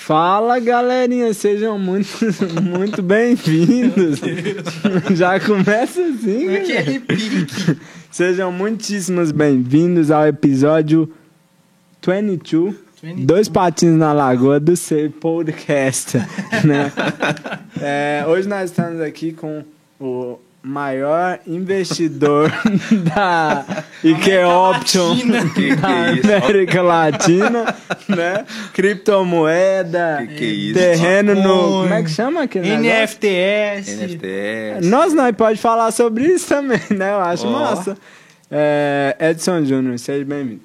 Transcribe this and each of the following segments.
Fala, galerinha, sejam muito bem-vindos. Já começa assim, né? Que é repique. Sejam muitíssimos bem-vindos ao episódio 22, Dois Patinhos na Lagoa do Ser Podcast, né? Hoje nós estamos aqui com o maior investidor da IK Option da América Latina, né? Criptomoeda, terreno no... Como é que chama aquele NFTs. Nós pode falar sobre isso também, né? Eu acho massa. Edson Júnior, seja bem-vindo.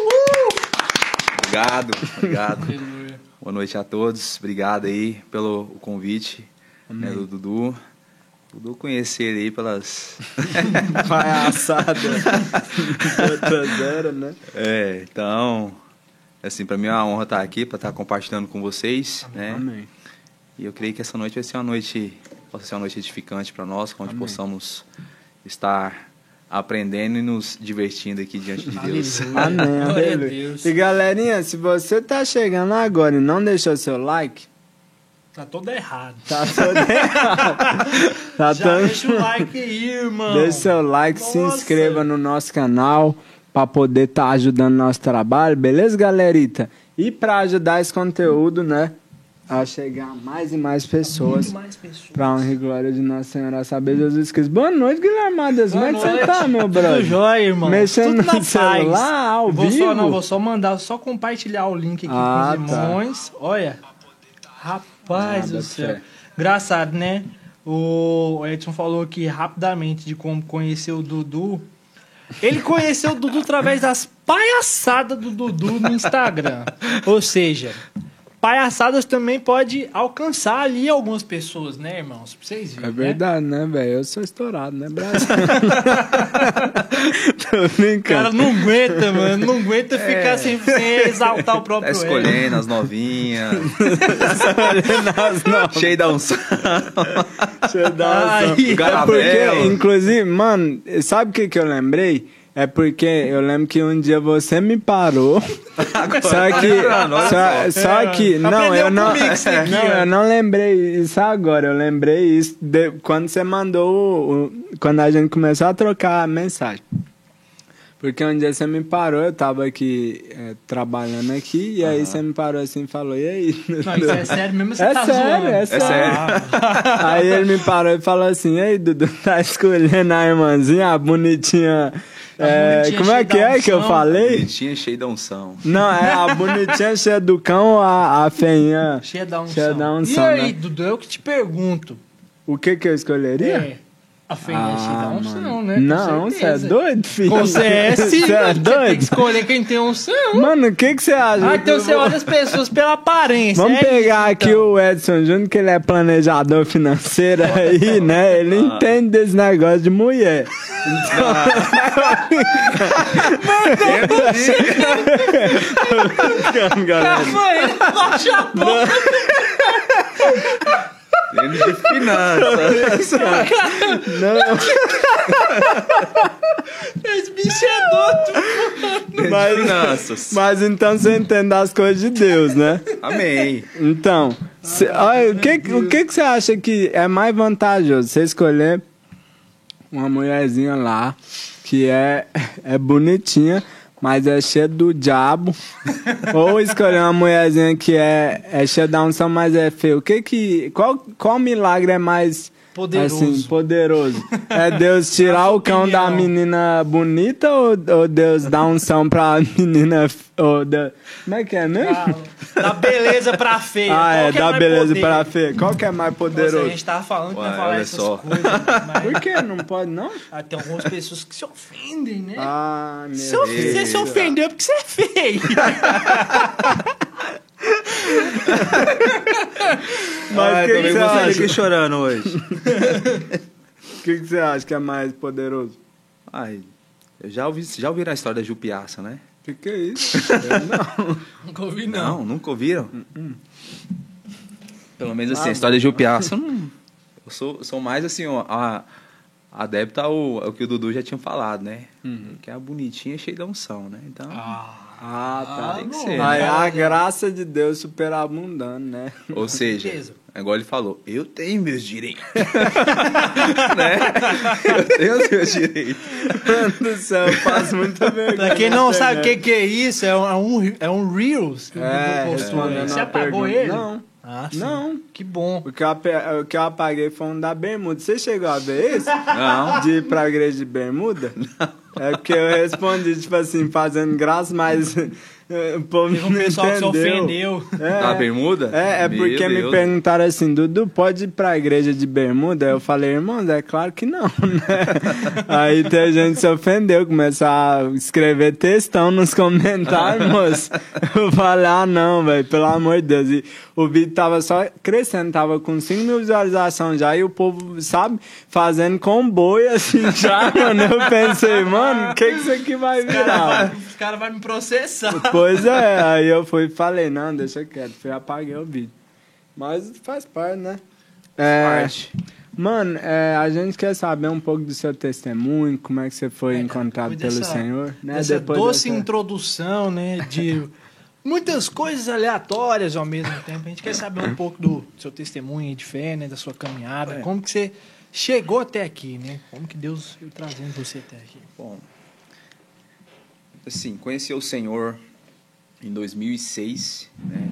Obrigado. Boa noite a todos. Obrigado aí pelo convite, né, do Dudu. Dudu conhecer ele aí pelas... palhaçadas outras eras, né? Então, assim, pra mim é uma honra estar aqui, pra estar compartilhando com vocês, né? Amém. E eu creio que essa noite vai ser uma noite edificante para nós, onde possamos estar aprendendo e nos divertindo aqui diante de Deus. Amém, aleluia. E galerinha, se você tá chegando agora e não deixou seu like, tá todo errado. Deixa o like aí, irmão. Deixa seu like, se inscreva no nosso canal para poder estar ajudando nosso trabalho, beleza, galerita? E para ajudar esse conteúdo, né, a chegar a mais e mais pessoas, para honra e glória de Nossa Senhora, saber Jesus Cristo. Boa noite, Guilherme Adas. Como é que você tá, meu brother? Tudo jóia, irmão. Mexendo tudo no celular, ao vivo? Vou só mandar, só compartilhar o link aqui com os irmãos. Olha, rapaz do céu. Engraçado, né? O Edson falou aqui rapidamente de como conheceu o Dudu. Ele conheceu o Dudu através das palhaçadas do Dudu no Instagram. Ou seja, palhaçadas também pode alcançar ali algumas pessoas, né, irmãos? Pra vocês verem, É verdade, né, velho? Eu sou estourado, né, Brasil? Tô brincando. O cara não aguenta, mano. Não aguenta ficar sem exaltar o próprio Tá escolhendo as novinhas. Cheio da unção. Porque, inclusive, mano, sabe o que eu lembrei? É porque eu lembro que um dia você me parou. Só que não, eu não lembrei isso agora. Eu lembrei isso quando você mandou, quando a gente começou a trocar a mensagem. Porque um dia você me parou, eu tava aqui trabalhando aqui, e aí você me parou assim e falou, e aí? Não, isso é sério mesmo, você tá zoando. É sério. Aí ele me parou e falou assim, e aí, Dudu, tá escolhendo a irmãzinha, a bonitinha... como é que eu falei? Bonitinha cheia da unção. Não, é a bonitinha cheia do cão ou a feinha cheia da unção. E aí, né? Dudu, eu que te pergunto. O que eu escolheria? A feinha cheia da unção, né? Não, você é doido, filho? Você é sim, você é doido? Tem que escolher quem tem unção. Mano, o que você acha? Então você olha as pessoas pela aparência. Vamos pegar aqui o Edson Júnior, que ele é planejador financeiro aí, né? Ele entende desse negócio de mulher. Então... Calma aí, baixa a boca. Ele de finanças. Não. Esse bicho é doido. Mas então você entende as coisas de Deus, né? Amém. Então, o que você acha que é mais vantajoso? Você escolher uma mulherzinha lá que é bonitinha, mas é cheia do diabo, ou escolher uma mulherzinha que é cheia da unção, mas é feia. Qual milagre é mais poderoso? É Deus tirar o cão da menina bonita, ou Deus dar unção pra menina... Como é que é mesmo? Da beleza pra feia. Da beleza pra feia. Qual que é mais poderoso? Nossa, a gente tava falando que não ia falar essas coisas. Mas... Por que? Não pode, não? Tem algumas pessoas que se ofendem, né? Meu Deus. Você se ofendeu porque você é feio. Mas que você acha? Aqui chorando hoje. O que você acha que é mais poderoso? Eu já ouviram a história da Jupiaça, né? Que é isso? Não. Nunca ouvi, não. Nunca ouviram? Pelo menos assim, a história da Jupiaça, eu sou mais assim, A Débora tá o que o Dudu já tinha falado, né? Que é a bonitinha cheia de unção, né? Então... tá. Tem que ser, Aí né? a graça de Deus superabundando, né? Ou seja, certeza. é igual ele falou, eu tenho meus direitos. Né? Eu tenho os meus direitos. Mano do céu, faz muita vergonha. Pra quem não sabe o que é isso, é um Reels que o É, Dudu postou. respondendo Você a apagou pergunta. ele? Não. Ah, sim. Não. Que bom. O que eu apaguei foi um da bermuda. Você chegou a ver isso? Não. De ir pra igreja de bermuda? Não. É porque eu respondi, tipo assim, fazendo graça, mas o povo Teve um não pessoal que se entendeu. ofendeu. Na bermuda? É Meu porque me Deus. perguntaram assim, Dudu, pode ir pra igreja de bermuda? Eu falei, irmãos, é claro que não, né? Aí tem gente que se ofendeu, começou a escrever textão nos comentários, moço. Eu falei, não, velho, pelo amor de Deus. E o vídeo tava só crescendo, tava com 5 mil visualizações já, e o povo, sabe, fazendo comboio assim já, mano. Eu pensei, mano, o que isso aqui vai virar? Os caras vão me processar. Pois é, aí eu fui e falei, não, deixa quieto, fui apaguei o vídeo. Mas faz parte, né? Parte. Mano, a gente quer saber um pouco do seu testemunho, como é que você foi encontrado depois pelo dessa- Senhor, né? Essa Depois doce dessa- introdução, né, de muitas coisas aleatórias ao mesmo tempo. A gente quer saber um pouco do seu testemunho de fé, né, da sua caminhada, como que você chegou até aqui, né? Como que Deus foi trazendo você até aqui. Bom, assim, conheci o Senhor em 2006, né?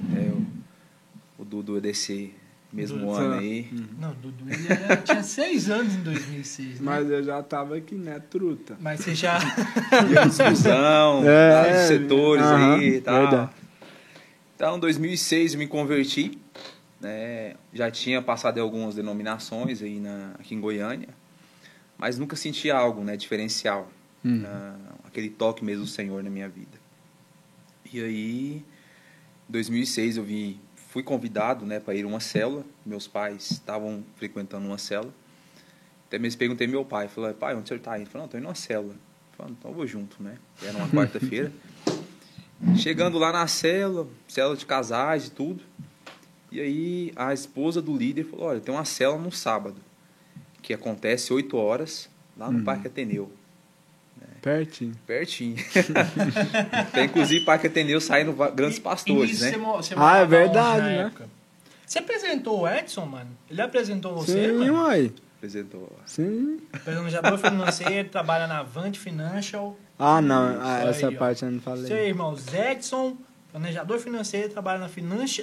O Dudu é desse mesmo Dudu. ano aí. Não, Dudu, ele tinha 6 anos em 2006, né? Mas eu já tava aqui, né, truta. Mas você já... Discussão, vários setores aham, aí e tal. verdade. Então, em 2006 eu me converti, né? Já tinha passado em algumas denominações aí aqui em Goiânia, mas nunca senti algo, né, diferencial, aquele toque mesmo do Senhor na minha vida. E aí, em 2006 fui convidado, né, para ir a uma célula. Meus pais estavam frequentando uma célula. Até mesmo perguntei ao meu pai, falei, pai, onde você está indo? Ele falou, não, estou indo numa célula. Eu falei, então eu vou junto, né? Era uma quarta-feira. Chegando lá na célula de casais e tudo. E aí a esposa do líder falou, olha, tem uma célula no sábado, que acontece 8 horas, lá no Parque Ateneu. Pertinho. Pertinho. Tem, inclusive, Parque Ateneu saindo grandes pastores, né? Você Ah, morava é verdade, onde na né? época? Você apresentou o Edson, mano? Ele apresentou você, Sim, mano? uai. Apresentou. Sim. Planejador financeiro, trabalha na Avant Financial. Ah, não, Isso essa aí, ó. parte eu não falei. Seu irmão, Edson, planejador financeiro, trabalha na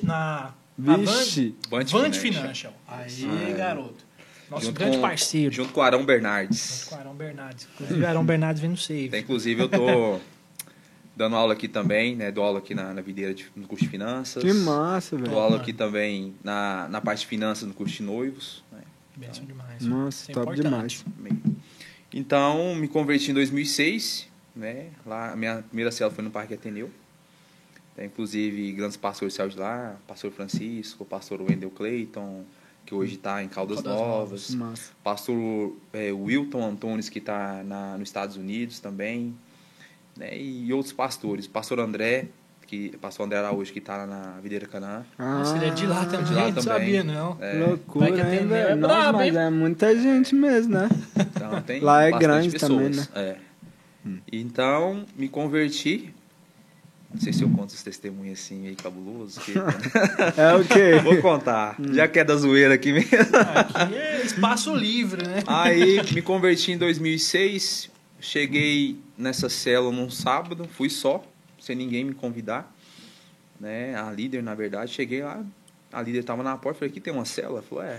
Vixe. Avant Avant Financial. Financial. Aí, garoto. Nosso Junto grande com- parceiro. Junto com o Arão Bernardes. Com o Arão Bernardes. Inclusive, o Arão Bernardes vem no Save. Até, inclusive, eu tô dando aula aqui também, né? Dou aula aqui na videira no curso de finanças. Que massa, Dou velho. aula aqui também na parte de finanças no curso de noivos. Né? Benção demais. Nossa, Isso é top importante. demais. Então, me converti em 2006, né? Lá, a minha primeira célula foi no Parque Ateneu. Inclusive, grandes pastores saíram de lá, pastor Francisco, o pastor Wendel Clayton, que hoje está em Caldas Novas, Massa. pastor Wilton Antunes, que está nos Estados Unidos também, né? E outros pastores, pastor André Araújo, que está na Videira Canaã. Nossa, ele é de lá também, de lá não também. sabia, não. É, Loucura, Vai que hein, atender, velho? é Nossa, brabo, mas hein? é muita gente mesmo, né? então, tem Lá é bastante grande pessoas. também, né? É. Então, me converti. Não sei se eu conto esse testemunho assim, meio cabuloso. Que... É o quê? Vou contar, já que é da zoeira aqui mesmo. Aqui é espaço livre, né? Aí, me converti em 2006, cheguei nessa célula num sábado, fui só, sem ninguém me convidar. Né? A líder, na verdade, cheguei lá, a líder estava na porta, falei, aqui tem uma célula? Ela falou,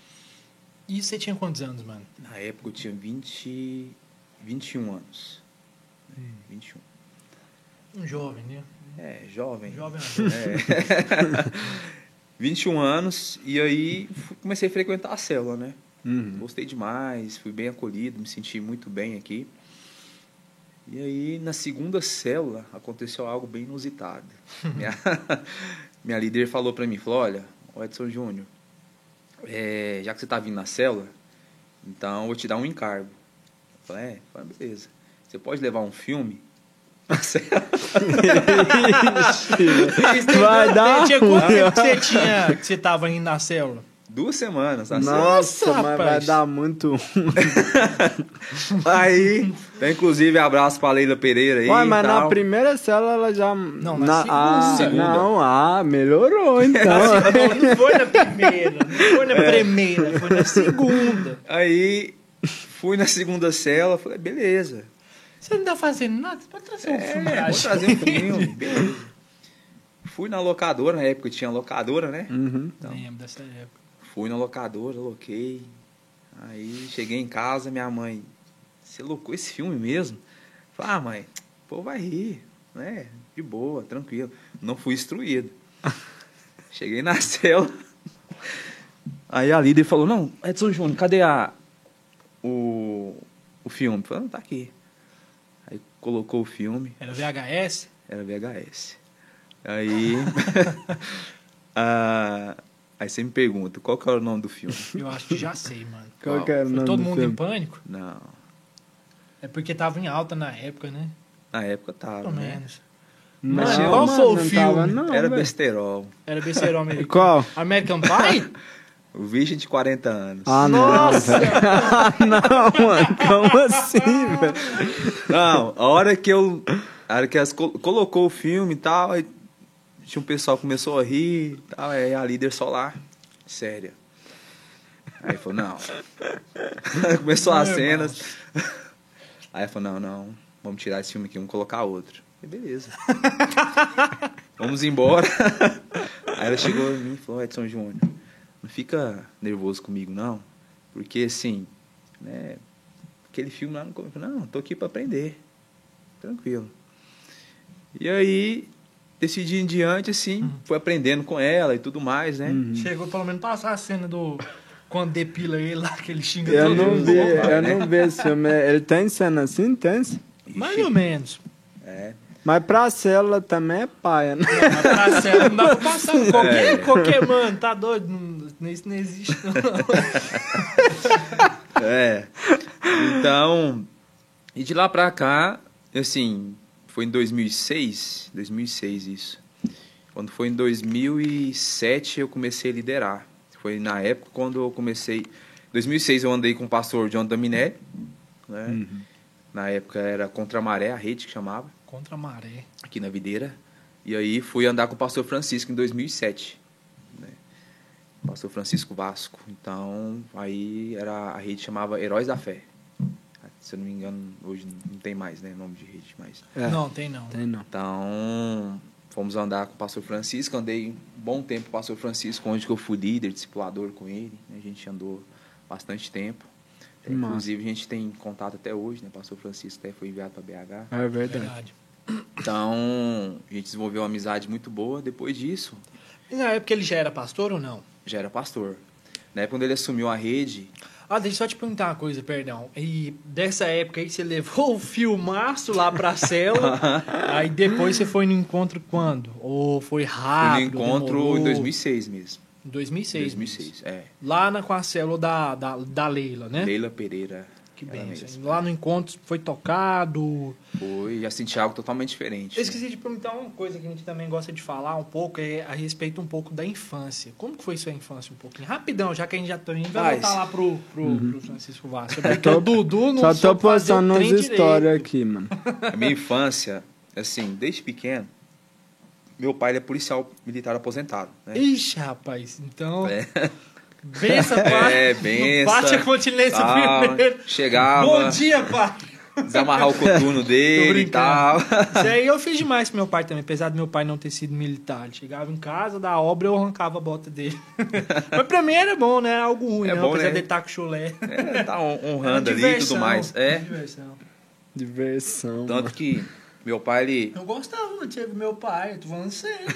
E você tinha quantos anos, mano? Na época eu tinha 21 anos. 21. Um jovem, né? Jovem. Jovem. 21 anos, e aí comecei a frequentar a célula, né? Uhum. Gostei demais, fui bem acolhido, me senti muito bem aqui. E aí, na segunda célula, aconteceu algo bem inusitado. Minha líder falou para mim, falou, olha, Edson Júnior, já que você está vindo na célula, então eu vou te dar um encargo. Eu falei, beleza. Você pode levar um filme na célula? Vai dar Tinha ruim, quanto tempo ó. que você tava indo na célula? 2 semanas. Assim. Nossa, mas rapaz. vai dar muito. Aí, então, inclusive, abraço pra Leila Pereira aí. Ué, mas e tal. na primeira célula ela já. Não, na segunda. Não, melhorou então. Não foi na primeira, não foi na primeira, foi na segunda. Aí, fui na segunda célula, falei, beleza. Você não tá fazendo nada? Você pode trazer um filme pra Vou gente. trazer um filme, beleza. Fui na locadora, na época tinha locadora, né? Uhum. Lembro dessa época. Fui na locadora, loquei. Aí cheguei em casa, minha mãe, você locou esse filme mesmo? Falei, mãe, pô, vai rir, né? De boa, tranquilo. Não fui instruído. Cheguei na cela. Aí a líder falou, não, Edson Júnior, cadê o filme? Falei, não, tá aqui. Aí colocou o filme. Era VHS? Era VHS. Aí... aí você me pergunta, qual que era o nome do filme? Eu acho que já sei, mano. Qual que era o Foi nome Todo do Mundo filme? em Pânico? Não, É porque tava em alta na época, né? na época tava, Pelo né? menos. Não, Mas qual foi o não filme? tava, não, Era velho. besterol. Era besterol americano. Qual? American Pie? O Virgem de 40 anos. Ah, Nossa! não, velho. Não, mano, como assim, velho? Não, a hora que elas colocou o filme e tal, aí tinha um pessoal que começou a rir e tal, aí a líder só lá, séria. Aí falou, não. Começou as cenas. Aí falou, não, vamos tirar esse filme aqui, vamos colocar outro. Falei, beleza. Vamos embora. Aí ela chegou em mim e falou, Edson Júnior, não fica nervoso comigo, não. Porque, assim, né, aquele filme lá, não, tô aqui pra aprender. Tranquilo. E aí, decidi em diante, assim, fui aprendendo com ela e tudo mais, né? Chegou pelo menos passar a cena do... Quando depila ele lá, que ele xinga Eu todo não mundo. vi, eu não vi esse filme. Ele tem cena assim? Tem? Mais ou menos. É. Mas pra célula também é paia, né? Mas pra cela não dá pra passar. Qualquer mano, tá doido? Isso não existe, não. É. Então, e de lá pra cá, assim, foi em 2006 isso. Quando foi em 2007 eu comecei a liderar. Foi na época quando eu comecei... Em 2006 eu andei com o pastor John Daminelli, né? Na época era Contra a Maré, a rede que chamava, Contra a maré. aqui na Videira. E aí fui andar com o pastor Francisco em 2007. Né? Pastor Francisco Vasco. Então, aí a rede chamava Heróis da Fé. Se eu não me engano, hoje não tem mais, né, nome de rede, mas... É. Não, tem não. Tem não. Então, fomos andar com o pastor Francisco. Andei um bom tempo com o pastor Francisco, onde que eu fui líder, discipulador com ele. Né? A gente andou bastante tempo. Massa. Inclusive, a gente tem contato até hoje, né? O pastor Francisco até foi enviado para BH. É verdade. Verdade. Então, a gente desenvolveu uma amizade muito boa. Depois disso, E na época ele já era pastor ou não? já era pastor. Na época, quando ele assumiu a rede... Ah, deixa eu só te perguntar uma coisa, perdão. E dessa época aí você levou o filmaço lá pra cela, aí depois você foi no encontro quando? Ou foi Fui rápido? no encontro demorou? em 2006 mesmo. Em 2006. 2006, mesmo. é. Lá com a célula da Leila, né? Leila Pereira. Que ela bem. mesma. Lá no encontro foi tocado. Foi, já senti algo totalmente diferente. Eu esqueci de perguntar uma coisa que a gente também gosta de falar um pouco, é a respeito um pouco da infância. Como que foi sua infância um pouquinho? Rapidão, já que a gente já também vai voltar lá pro Francisco Vasco. Porque o Dudu não Só tô soube fazer o postando trem uns direito. stories aqui, mano. A minha infância, assim, desde pequeno, meu pai ele é policial militar aposentado, né? Ixi, rapaz, então... É. Bença, pai. É, bença. Bate a continência tal. primeiro. Chegava, Bom dia, pai. desamarrar o coturno Tô dele e brincando. tal. Isso aí eu fiz demais com meu pai também, apesar do meu pai não ter sido militar. Ele chegava em casa, da obra, eu arrancava a bota dele. Mas pra mim era bom, né? Algo ruim, É não, bom, apesar né? dele estar com chulé. É, tá Era honrando ali e tudo mais. É. Diversão. Diversão. Tanto que meu pai, ele... Eu gostava do meu pai, eu tô falando sério.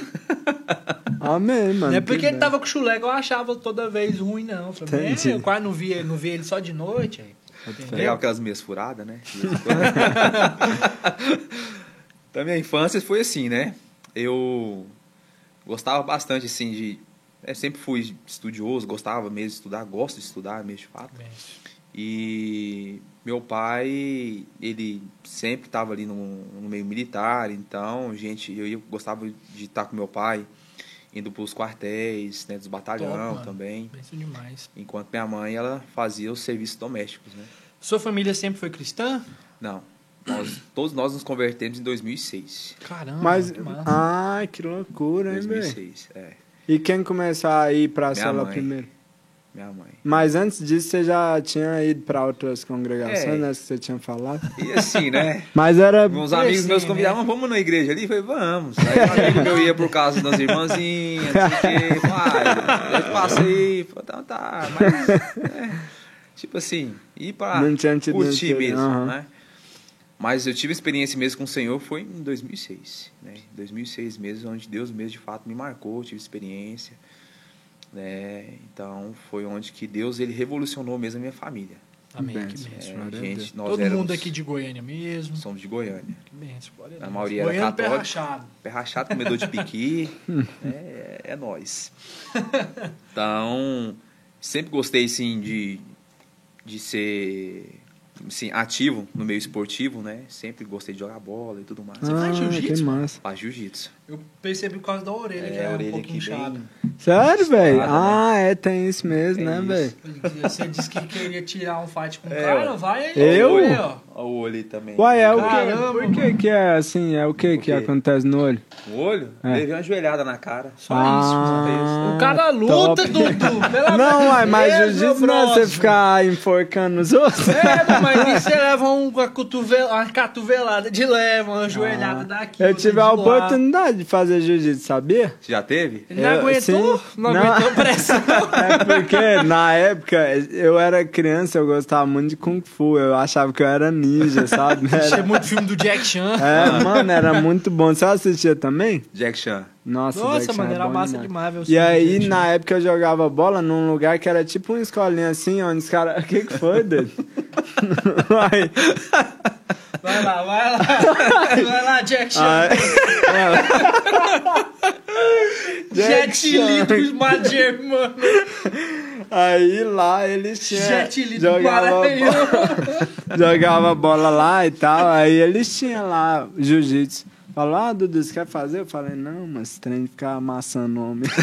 Amém, mano. Não é porque que ele bem. tava com chulé que eu achava toda vez ruim, não. Eu falei, Entendi. eu quase não via ele só de noite. Aí. Legal aquelas meias furadas, né? Então, minha infância foi assim, né? Eu gostava bastante, assim, de... sempre fui estudioso, gostava mesmo de estudar, gosto de estudar mesmo, de fato. Bem, E meu pai, ele sempre estava ali no meio militar, então, eu gostava de estar com meu pai indo para os quartéis, né, dos batalhão também. Penso demais. Enquanto minha mãe, ela fazia os serviços domésticos, né? Sua família sempre foi cristã? Não. Todos nós nos convertemos em 2006. Caramba, Mas, que massa. ai, que loucura, hein, velho? 2006, E quem começou a ir pra Minha célula mãe. primeiro? Minha mãe. Mas antes disso, você já tinha ido pra outras congregações, É. né, que você tinha falado? E assim, né? Mas era... Meus amigos meus convidavam, vamos na igreja ali? Eu falei, vamos. Aí um amigo meu ia por causa das irmãzinhas, não sei o quê. Vai, passa aí. Falei, tá. Mas, tipo assim, ir pra Não tinha tido curtir mesmo, Uhum. né? Mas eu tive experiência mesmo com o Senhor foi em 2006, né? 2006 mesmo, onde Deus mesmo de fato me marcou, tive experiência, né? Então foi onde que Deus ele revolucionou mesmo a minha família. Amém, Bem, que bênção. glória a Deus. Nós Todo éramos, mundo aqui de Goiânia mesmo. somos de Goiânia. Que bênção, glória a A Deus. maioria era Goiânia, pé católico. rachado. Pé rachado, comedor de piqui. É nós. Então, sempre gostei, sim, de ser assim, ativo no meio esportivo, né? Sempre gostei de jogar bola e tudo mais. Você faz jiu-jitsu? Que massa. Faz jiu-jitsu. Eu percebi por causa da orelha, que é a um orelha pouco aqui inchada. bem... Sério, velho? Estourada, né? Tem isso mesmo, É né, isso. velho? Você disse que queria tirar um fight com o É, cara, ó. vai aí. Eu? Olha, ó. Olha o olho aí também. Uai, é o Caramba, quê? Por que que é assim? É o que O que quê? acontece no olho? O olho? É. Levei uma joelhada na cara. Só isso, mano. O cara luta, top. Dudu. Pelo Não, amor uai, de mas Deus, jiu-jitsu meu não é você brother. ficar enforcando os outros? Mas aí você leva uma cotovelada de leva, uma joelhada daqui. Eu outra tive de a lá. oportunidade de fazer jiu-jitsu, sabia? Você já teve? Ele não aguentou? sim. Não Não. aguentou pressão. É porque na época eu era criança, eu gostava muito de Kung Fu, eu achava que eu era ninja, sabe? Tinha muito filme do Jack Chan. Mano, era muito bom. Você assistia também? Jack Chan. Nossa, Nossa, Jack Chan mano, é era bom massa demais. demais ver o E filme do aí, Jack Chan. na época, eu jogava bola num lugar que era tipo uma escolinha assim, onde os caras... O que foi, Dedo? Vai. Vai lá. Vai lá, Jack Chan. Ai. Jet Li dos Mager, mano. Aí lá eles tinham... Jet Li do jogava Maranhão. jogava bola lá e tal, aí eles tinham lá jiu-jitsu. Falou, Dudu, você quer fazer? Eu falei, não, mas esse trem de ficar amassando o homem.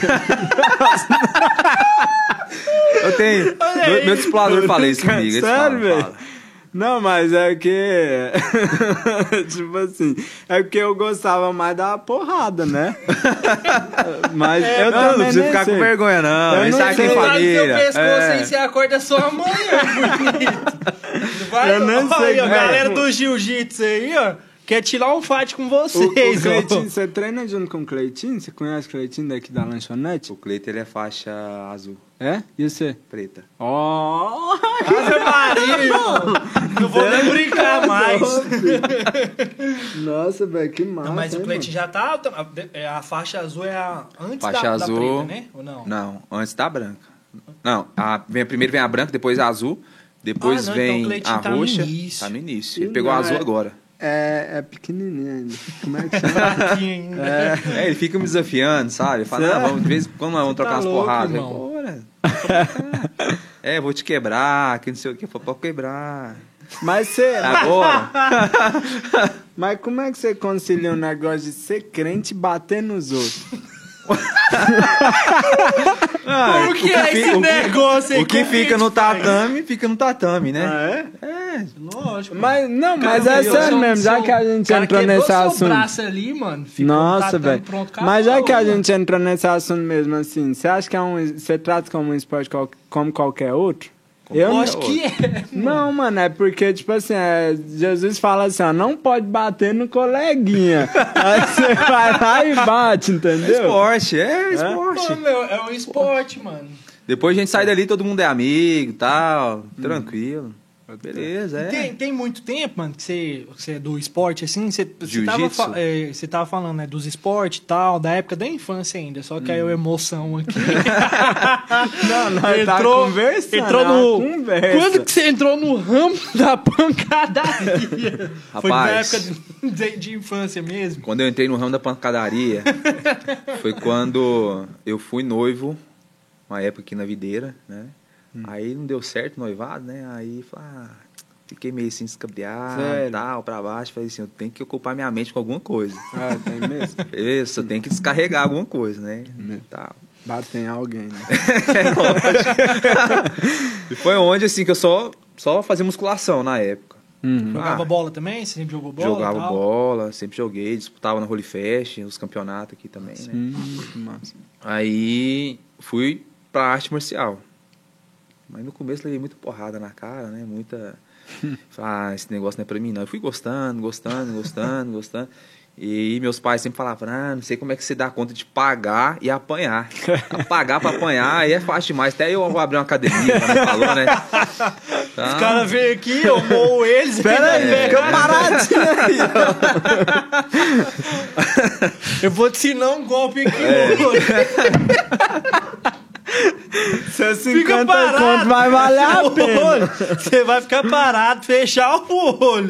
Eu tenho. Meu discipulador falei isso comigo. Ele Sério, velho? fala. Não, mas é que... tipo assim, é porque eu gostava mais da porrada, né? Mas eu Não, também não precisa nem ficar sei. com vergonha, não. Eu A gente não tá aqui sei. em Do lado do seu família. pescoço aí, você acorda sua mãe, ó, bonito. Vai, Eu nem sei olha, como a é. galera do jiu-jitsu aí, ó, quer tirar um fight com O vocês, ó. Cleitinho, você treina junto com o Cleitinho? Você conhece o Cleitinho daqui da lanchonete? O Cleiton, ele é faixa azul, É? E você? preta. Oh! Ave Maria, irmão. Não vou nem brincar mais. Nossa, velho, que massa. Não, mas o hein, Cleitinho já tá... A faixa azul é a antes Faixa da azul. preta, né? Ou não? Não, antes da branca. Não, primeiro vem a branca, depois a azul, depois Ah, não, então o vem Cleitinho a tá no roxa. início. Tá no início. Ele E pegou a não, azul é- agora. É pequenininho ainda. Como é que chama? Aqui ainda. Ele fica me desafiando, sabe? Ele fala, Sério? vamos, de vez em quando vamos trocar tá umas louco, porradas. Eu, irmão. Bora. Vou te quebrar, que não sei o que, pode quebrar. Mas você... Agora, Mas como é que você concilia um negócio de ser crente e bater nos outros? Como que é esse negócio aí? o que Como fica no que faz? tatame, fica no tatame, né? é? Lógico. Mas, não, mas Cara, é sério mesmo, já que a gente entrou nesse seu assunto. braço ali, mano. Ficou Nossa, tatame velho. pronto, Mas já acabou, que a mano. gente entrou nesse assunto mesmo, assim, você acha que você trata como um esporte como qualquer outro? Eu Eu acho que é. Não, mano, é porque, tipo assim, Jesus fala assim, ó, não pode bater no coleguinha. Aí você vai lá e bate, entendeu? Esporte, esporte. Pô, meu, é um esporte, mano. Depois a gente sai dali, todo mundo é amigo e tal, tranquilo. Beleza, Tem muito tempo, mano, que você é do esporte, assim? Você Jiu-jitsu? tava falando, né, dos esportes e tal, da época da infância ainda, só que aí a emoção aqui. Não, nós tá conversando, entrou é uma no... conversa. Quando que você entrou no ramo da pancadaria? Foi na Rapaz. época de infância mesmo? Quando eu entrei no ramo da pancadaria, foi quando eu fui noivo, uma época aqui na Videira, né? Aí não deu certo o noivado, né? Aí falei, fiquei meio assim, descabeado, tal, pra baixo. Falei assim, eu tenho que ocupar minha mente com alguma coisa. Ah, tem mesmo? Isso, eu tenho que descarregar alguma coisa, né? Tal. Bater em alguém, né? E foi onde, assim, que eu só fazia musculação na época. Jogava bola também? Você sempre jogou bola? Jogava bola, sempre joguei, disputava na Holy Fest, os campeonatos aqui também, né? Que massa. Aí fui pra arte marcial. Mas no começo levei muita porrada na cara, né? Falei, esse negócio não é pra mim, não. Eu fui gostando. E meus pais sempre falavam, não sei como é que você dá conta de pagar e apanhar. Pagar pra apanhar, aí é fácil demais. Até eu vou abrir uma academia, como falou, né? Tá. Os caras veio aqui, eu morro eles. Pera aí, fica paradinho aí. Eu vou te ensinar um golpe aqui, Seus 50 conto vai valer a pena. Você vai ficar parado, fechar o olho.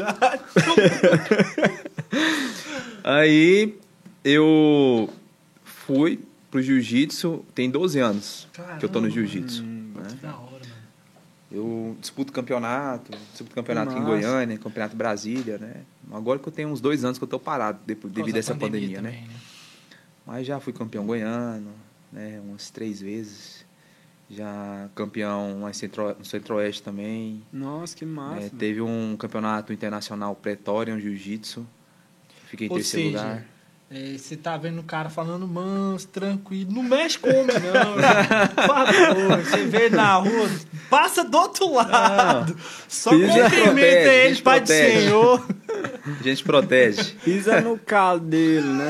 Aí eu fui pro jiu-jitsu, tem 12 anos que eu tô no jiu-jitsu. Né? Da hora, mano. Eu disputo campeonato aqui em Goiânia, campeonato em Brasília, né? Agora que eu tenho uns 2 anos que eu tô parado devido a essa pandemia, também, né? Mas já fui campeão goiano, né? Umas 3 vezes. Já campeão no Centro-Oeste também. Nossa, que massa. Teve um campeonato internacional Pretorian Jiu-Jitsu. Fiquei em terceiro lugar. Você tá vendo o cara falando manso, tranquilo. Não mexe com homem, não. Por favor, você vê na rua, passa do outro lado. Não. Só cumprimenta ele, Pai do Senhor. A gente protege. Pisa no calo dele, né?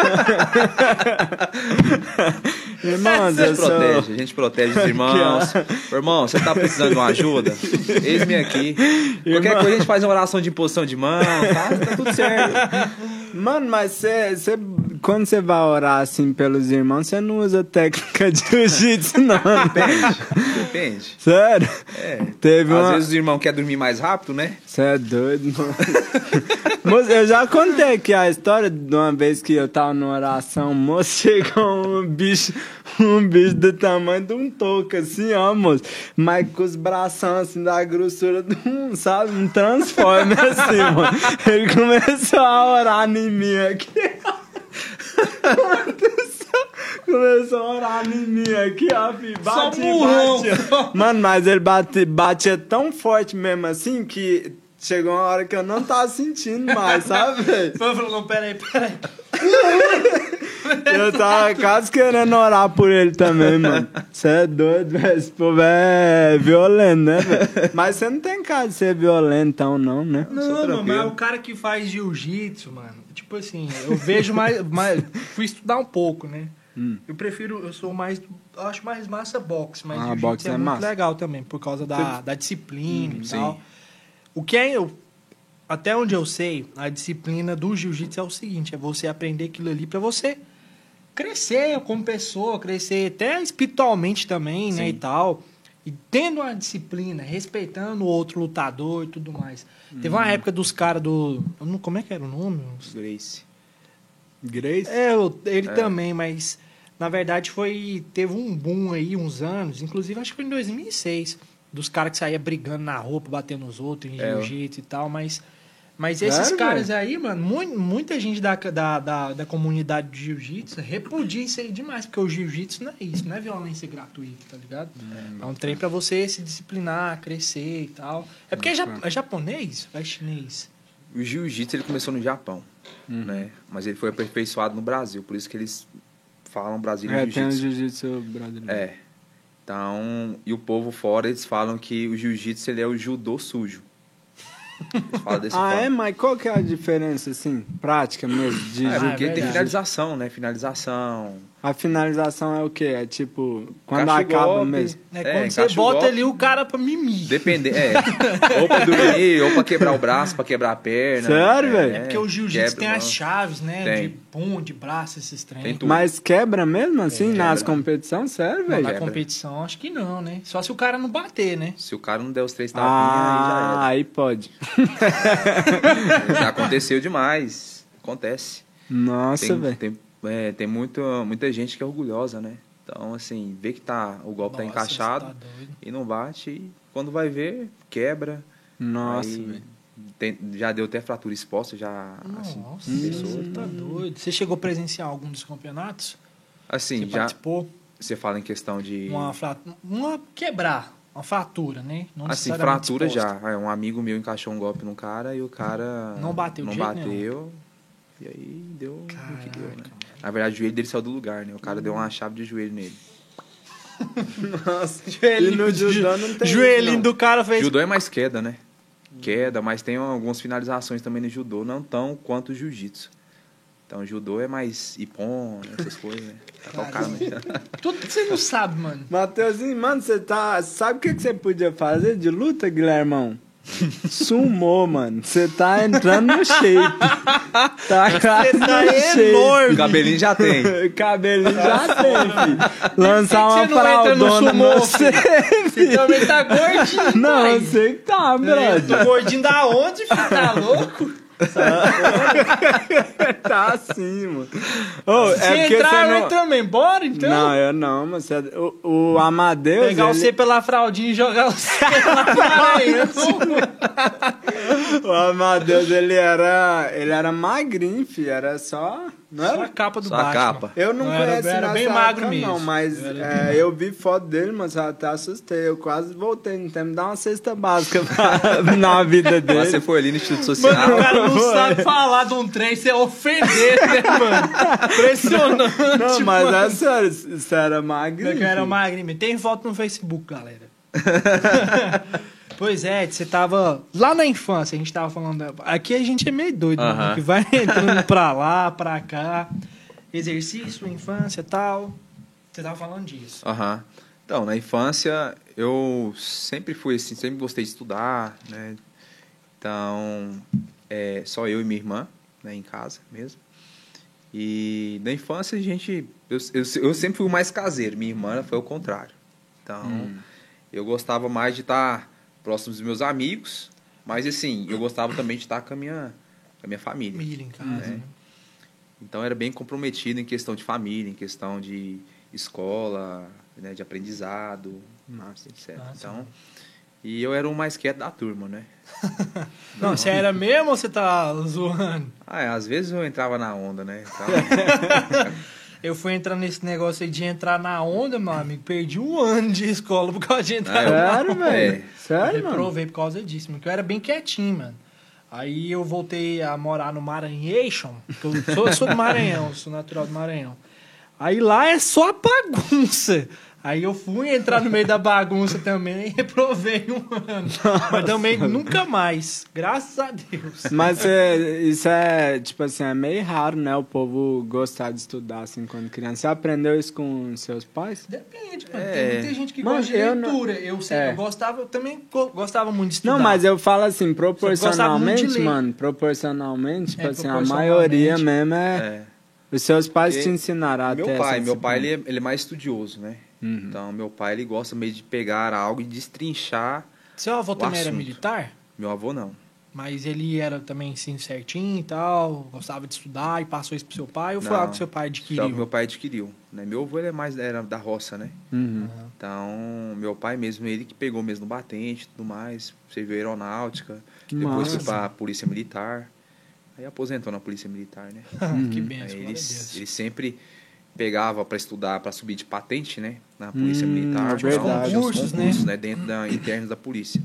Irmãos, a gente protege os irmãos. Irmão, você tá precisando de uma ajuda? Eis-me aqui. Qualquer coisa a gente faz uma oração de imposição de mão, tá tudo certo. Mano, mas quando você vai orar assim pelos irmãos, você não usa técnica de jiu-jitsu, não. Depende. Sério? Às vezes os irmãos querem dormir mais rápido, né? Você é doido, mano. Moço, eu já contei aqui a história de uma vez que eu tava numa oração, moço, chegou um bicho do tamanho de um toco, assim, ó, moço. Mas com os bração, assim, da grossura de um transforme, assim, mano. Ele começou a orar em mim aqui. Começou a orar em mim aqui, ó, filho. Batia. Mano, mas ele batia tão forte mesmo assim que chegou uma hora que eu não tava sentindo mais, sabe, velho? Eu falei, não, peraí. Eu tava quase querendo orar por ele também, mano. Você é doido, velho. Esse povo é violento, né, velho? Mas você não tem cara de ser violento, então, não, né? Não, mas o cara que faz jiu-jitsu, mano, tipo assim, eu vejo mais fui estudar um pouco, né? Eu acho mais massa boxe, mas jiu-jitsu é muito massa. Legal também, por causa da disciplina e tal. O que até onde eu sei, a disciplina do jiu-jitsu é o seguinte, é você aprender aquilo ali pra você crescer como pessoa, crescer até espiritualmente também, né, e tal. E tendo uma disciplina, respeitando o outro lutador e tudo mais. Teve uma época dos caras do... Como é que era o nome? Gracie? Ele também, mas na verdade teve um boom aí, uns anos, inclusive acho que foi em 2006, dos caras que saíam brigando na roupa, batendo nos outros, em jiu-jitsu e tal, mas esses caras aí, mano, muita gente da comunidade de jiu-jitsu repudia isso aí demais, porque o jiu-jitsu não é isso, não é violência gratuita, tá ligado? É um trem pra você se disciplinar, crescer e tal. É porque é japonês ou é chinês? O jiu-jitsu ele começou no Japão, né? Mas ele foi aperfeiçoado no Brasil, por isso que eles falam brasileiro jiu-jitsu. Tem o jiu-jitsu brasileiro. Então, e o povo fora, eles falam que o jiu-jitsu ele é o judô sujo. Eles falam desse forma. Mas qual que é a diferença, assim, prática mesmo? Porque tem finalização, né? Finalização. A finalização é o quê? É tipo, quando acaba mesmo. Quando você bota ali o cara pra mimir. Depende, ou pra dormir, ou pra quebrar o braço, pra quebrar a perna. Sério, velho? É porque o jiu-jitsu tem as chaves, né? De pum, de braço, esses treinos. Mas quebra mesmo assim nas competições? Sério, velho? Na competição, acho que não, né? Só se o cara não bater, né? Se o cara não der os 3 tapinhas, aí já era. Aí pode. Já aconteceu demais. Acontece. Nossa, velho. Tem muita gente que é orgulhosa, né? Então, assim, vê que o golpe tá encaixado e não bate. E quando vai ver, quebra. Nossa, Aí, velho. já deu até fratura exposta, já, assim, Nossa, você tá doido. Você chegou a presenciar algum dos campeonatos? Assim, Você já... participou? Você fala em questão de... Quebrar, uma fratura, né? Não assim, necessariamente fratura exposta. já. Um amigo meu encaixou um golpe no cara e o cara... Não bateu de Não jeito bateu. E aí deu o que deu, né? Caraca, Na verdade, o joelho dele saiu do lugar, né? O cara deu uma chave de joelho nele. Nossa, e no judô não tem Joelhinho isso, do cara fez... Judô é mais queda, né? Queda, mas tem algumas finalizações também no judô, não tão quanto o jiu-jitsu. Então, o judô é mais ipon, essas coisas, né? Tá o cara, né? Tudo que você não sabe, mano. Mateuzinho, mano, você tá... Sabe o que você podia fazer de luta, Guilhermão? Sumou, mano. Você tá entrando no shape. Tá quase tá no shape. enorme. O cabelinho já tem. Cabelinho já tem, filho. Lançar Por uma que você não entra no fraldona sumô, no você, Você também tá gordinho, Não, pai. eu sei que tá, Eu brother. tô gordinho da onde, filho? Tá louco? Tá assim, mano. Ô, Se entrar, eu não... entro também. Bora, então. Não, eu não, mas o Amadeus... Pegar ele... você pela fraldinha e jogar você pela praia. O Amadeus, ele era magrinho, filho. Era só... Não Só era... a capa do Só a Batman. capa. Eu não conheço era nessa bem magro época, mesmo. não, mas eu vi foto dele, mas eu até assustei. Eu quase voltei no tempo, dar uma cesta básica na vida Mas dele. você foi ali no Instituto Social. Mano, o cara não sabe falar de um trem, você ofender, né, mano? Impressionante. Não, mas mano. é sério, isso era magrinho. Eu era filho. magrinho. Tem foto no Facebook, galera. Pois é, você tava lá na infância, a gente tava falando. Aqui a gente é meio doido, mano, que vai entrando pra lá, pra cá. Exercício, infância e tal. Você tava falando disso. Aham. Então, na infância, eu sempre fui assim, sempre gostei de estudar, né? Então, só eu e minha irmã, né, em casa mesmo. E na infância, eu sempre fui o mais caseiro, minha irmã foi o contrário. Então, eu gostava mais de estar próximo dos meus amigos, mas assim, eu gostava também de estar com a minha família. Família em casa, né? né? Então, era bem comprometido em questão de família, em questão de escola, né, de aprendizado, etc. Então, e eu era o mais quieto da turma, né? Não, você era mesmo ou você tá zoando? Às vezes eu entrava na onda, né? Então, Eu fui entrar nesse negócio aí de entrar na onda, meu amigo. Perdi um ano de escola por causa de entrar Sério, velho? Sério, Eu mano? reprovei por causa disso, porque eu era bem quietinho, mano. Aí eu voltei a morar no Maranhão, porque eu sou do Maranhão, sou natural do Maranhão. Aí lá é só bagunça. Aí eu fui entrar no meio da bagunça também e reprovei um ano. Mas também nunca mais, graças a Deus. Mas isso tipo assim, é meio raro, né? O povo gostar de estudar, assim, quando criança. Você aprendeu isso com seus pais? Depende, mano. Tem muita gente que Mas gosta de eu não- leitura. Eu também gostava muito de estudar. Não, mas eu falo assim, gostava muito de proporcionalmente, ler. mano. Proporcionalmente, tipo assim, a proporcionalmente. maioria mesmo é... Os seus pais te ensinaram a ter meu essa pai disciplina. ele é mais estudioso, né? Uhum. Então, meu pai, ele gosta meio de pegar algo e destrinchar. Seu avô também era assunto. militar? Meu avô, não. Mas ele era também assim certinho e tal, gostava de estudar e passou isso pro seu pai, ou foi Não. algo que seu pai Só que adquiriu? meu pai adquiriu, né? Meu avô, ele era da roça, né? Uhum. Então, meu pai mesmo, ele que pegou mesmo no batente e tudo mais, serviu aeronáutica, Que depois massa. foi pra polícia militar, aí aposentou na polícia militar, né? Que benção, Aí glória a Deus. ele sempre pegava para estudar, para subir de patente, né? Na polícia militar. é verdade. Tinha os Concursos, concursos, né? Dentro internos da polícia.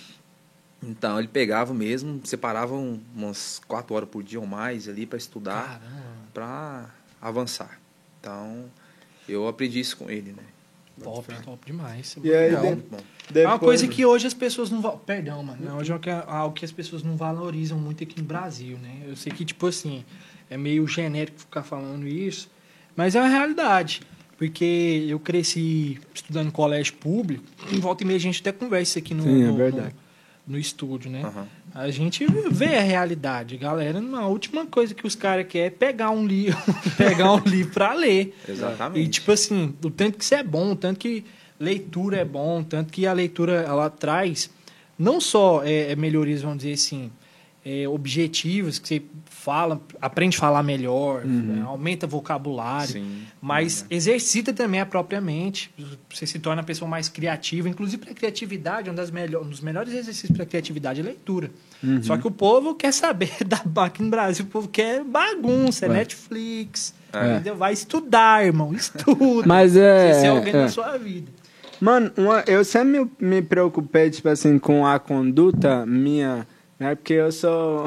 Então, ele pegava mesmo, separava umas 4 horas por dia ou mais ali para estudar, Caramba, para avançar. Então, eu aprendi isso com ele, né? top demais. E aí, Bom, de- bom. É depois... uma coisa que hoje as pessoas não... Perdão, mano. Hoje é algo que as pessoas não valorizam muito aqui no Brasil, né? Eu sei que, tipo assim, é meio genérico ficar falando isso, mas é uma realidade. Porque eu cresci estudando em colégio público, em volta e meia a gente até conversa aqui Sim, é verdade. no estúdio, né? Aham. A gente vê a realidade. Galera, a última coisa que os caras querem é pegar um livro, pegar um livro pra ler. Exatamente. E tipo assim, o tanto que isso é bom, o tanto que leitura é bom, o tanto que a leitura ela traz não só melhorias, vamos dizer assim, objetivos, que você aprende a falar melhor, aumenta vocabulário, Sim. mas exercita também a própria mente, você se torna uma pessoa mais criativa, inclusive para a criatividade, um dos melhores exercícios para a criatividade é leitura. Só que o povo quer saber, aqui no Brasil, o povo quer bagunça, Netflix, entendeu? Vai estudar, irmão, estuda. Mas Você ser alguém na sua vida. Mano, eu sempre me preocupei, tipo assim, com a conduta minha, né? Porque eu sou...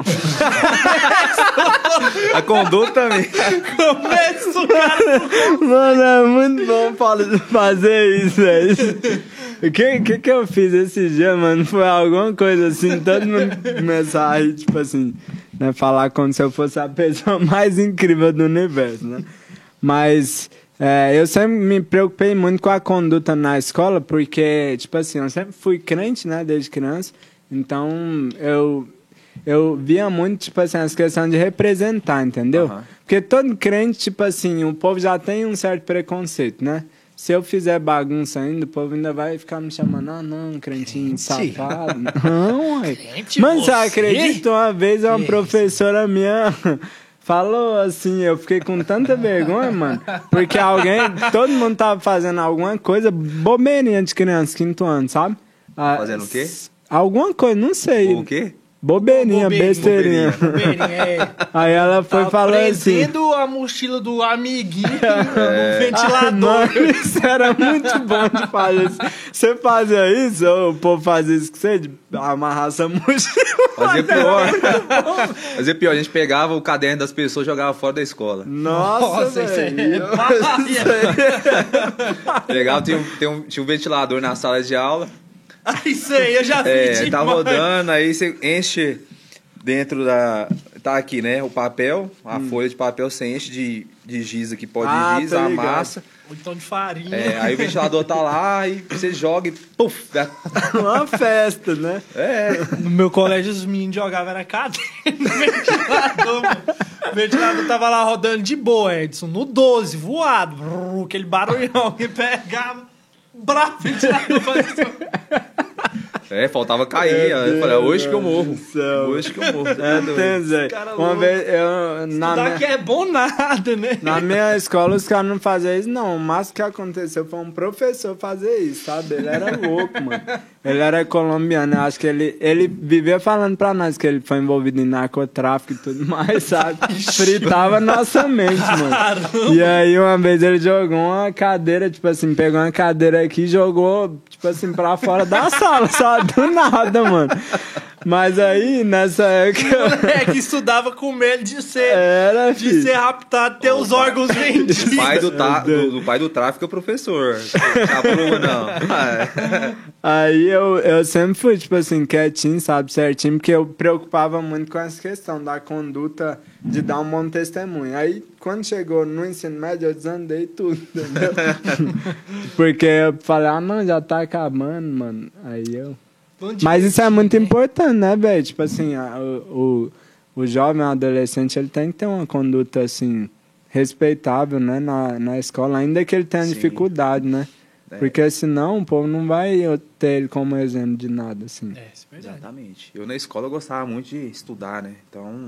A conduta minha. Começa o cara... Mano, é muito bom fazer isso, velho. O que eu fiz esse dia, mano? Foi alguma coisa assim, todo mundo começar a rir, tipo assim, né? Falar como se eu fosse a pessoa mais incrível do universo, né? Mas... eu sempre me preocupei muito com a conduta na escola, porque, tipo assim, eu sempre fui crente, né, desde criança. Então, eu via muito, tipo assim, as questões de representar, entendeu? Porque todo crente, tipo assim, o povo já tem um certo preconceito, né? Se eu fizer bagunça ainda, o povo ainda vai ficar me chamando, não, crentinho safado. Não, ué. Mano, você acredita? Uma vez uma professora minha... falou assim, eu fiquei com tanta vergonha, mano, porque todo mundo tava fazendo alguma coisa bobeirinha de criança, 5º ano, sabe? Fazendo o quê? Alguma coisa, não sei. O quê? Bobeirinha, besteirinha. Aí ela foi falando assim... Prendendo a mochila do amiguinho no ventilador. Mano, isso era muito bom de fazer isso. Você fazia isso, ou o povo fazia isso com você, de amarrar essa mochila? Fazia pior. Fazia pior, a gente pegava o caderno das pessoas e jogava fora da escola. Nossa, velho. Pegava, tinha um ventilador na sala de aula. Isso aí, eu já vi. Tá rodando, aí você enche dentro da... Tá aqui, né? O papel, a folha de papel, você enche de giz aqui, pó de giz, a massa. Ou então de farinha. Aí o ventilador tá lá e você joga e puf! Uma festa, né? No meu colégio, os meninos jogavam era caderno no ventilador, mano. O ventilador tava lá rodando de boa, Edson, no 12, voado. Aquele barulhão que pegava. Bravo, ventilador fazia. Faltava cair. Eu falei, hoje que eu morro. Hoje que eu morro. Uma vez eu... que é bom nada, né? Na minha escola os caras não faziam isso, não. O máximo que aconteceu foi um professor fazer isso, sabe? Ele era louco, mano. Ele era colombiano. Eu acho que ele vivia falando pra nós que ele foi envolvido em narcotráfico e tudo mais, sabe? Fritava nossa mente, mano. E aí uma vez ele jogou uma cadeira, tipo assim, pegou uma cadeira aqui e jogou, tipo assim, pra fora da sala, sabe? Do nada, mano. Mas aí, nessa época... É que estudava com medo de ser raptado, ter os órgãos vendidos. O pai do tráfico é o professor. Não. Aí eu sempre fui, tipo assim, quietinho, sabe, certinho, porque eu preocupava muito com essa questão da conduta de dar um bom testemunho. Aí, quando chegou no ensino médio, eu desandei tudo, entendeu? Porque eu falei, não, já tá acabando, mano. Aí eu... Mas isso é muito importante, né, velho? Tipo assim, o jovem, o adolescente, ele tem que ter uma conduta, assim, respeitável, né, na escola, ainda que ele tenha dificuldade, né? Porque senão o povo não vai ter ele como exemplo de nada, assim. Isso é verdade. Exatamente. Eu na escola eu gostava muito de estudar, né? Então,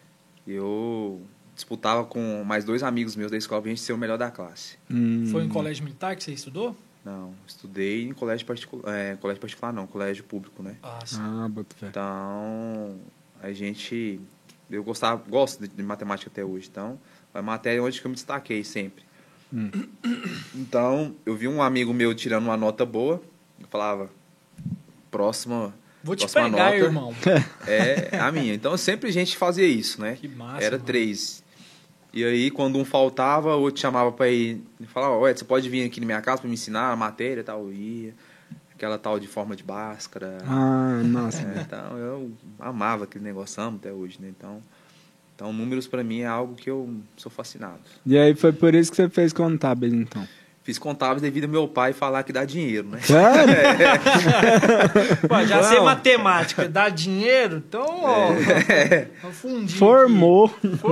eu disputava com mais 2 amigos meus da escola pra gente ser o melhor da classe. Foi em colégio militar que você estudou? Não, estudei em colégio particular. Colégio particular não, colégio público, né? Sim. Boto fé. Então, eu gosto de matemática até hoje. Então, é uma matéria onde eu me destaquei sempre. Então, eu vi um amigo meu tirando uma nota boa, eu falava, próxima Vou te próxima pegar, nota irmão. É a minha. Então, sempre a gente fazia isso, né? Que massa, Era mano. 3. E aí, quando um faltava, o outro chamava pra ir. Falava, ué, você pode vir aqui na minha casa pra me ensinar a matéria e tal. Eu ia. Aquela tal de forma de Bhaskara. Nossa. Então, eu amava aquele negócio, amo até hoje, né? Então, números pra mim é algo que eu sou fascinado. E aí foi por isso que você fez contábeis, então? Fiz contábeis devido ao meu pai falar que dá dinheiro, né? Sério? Pô, já sei matemática, dá dinheiro, então, ó, fundindo. Formou.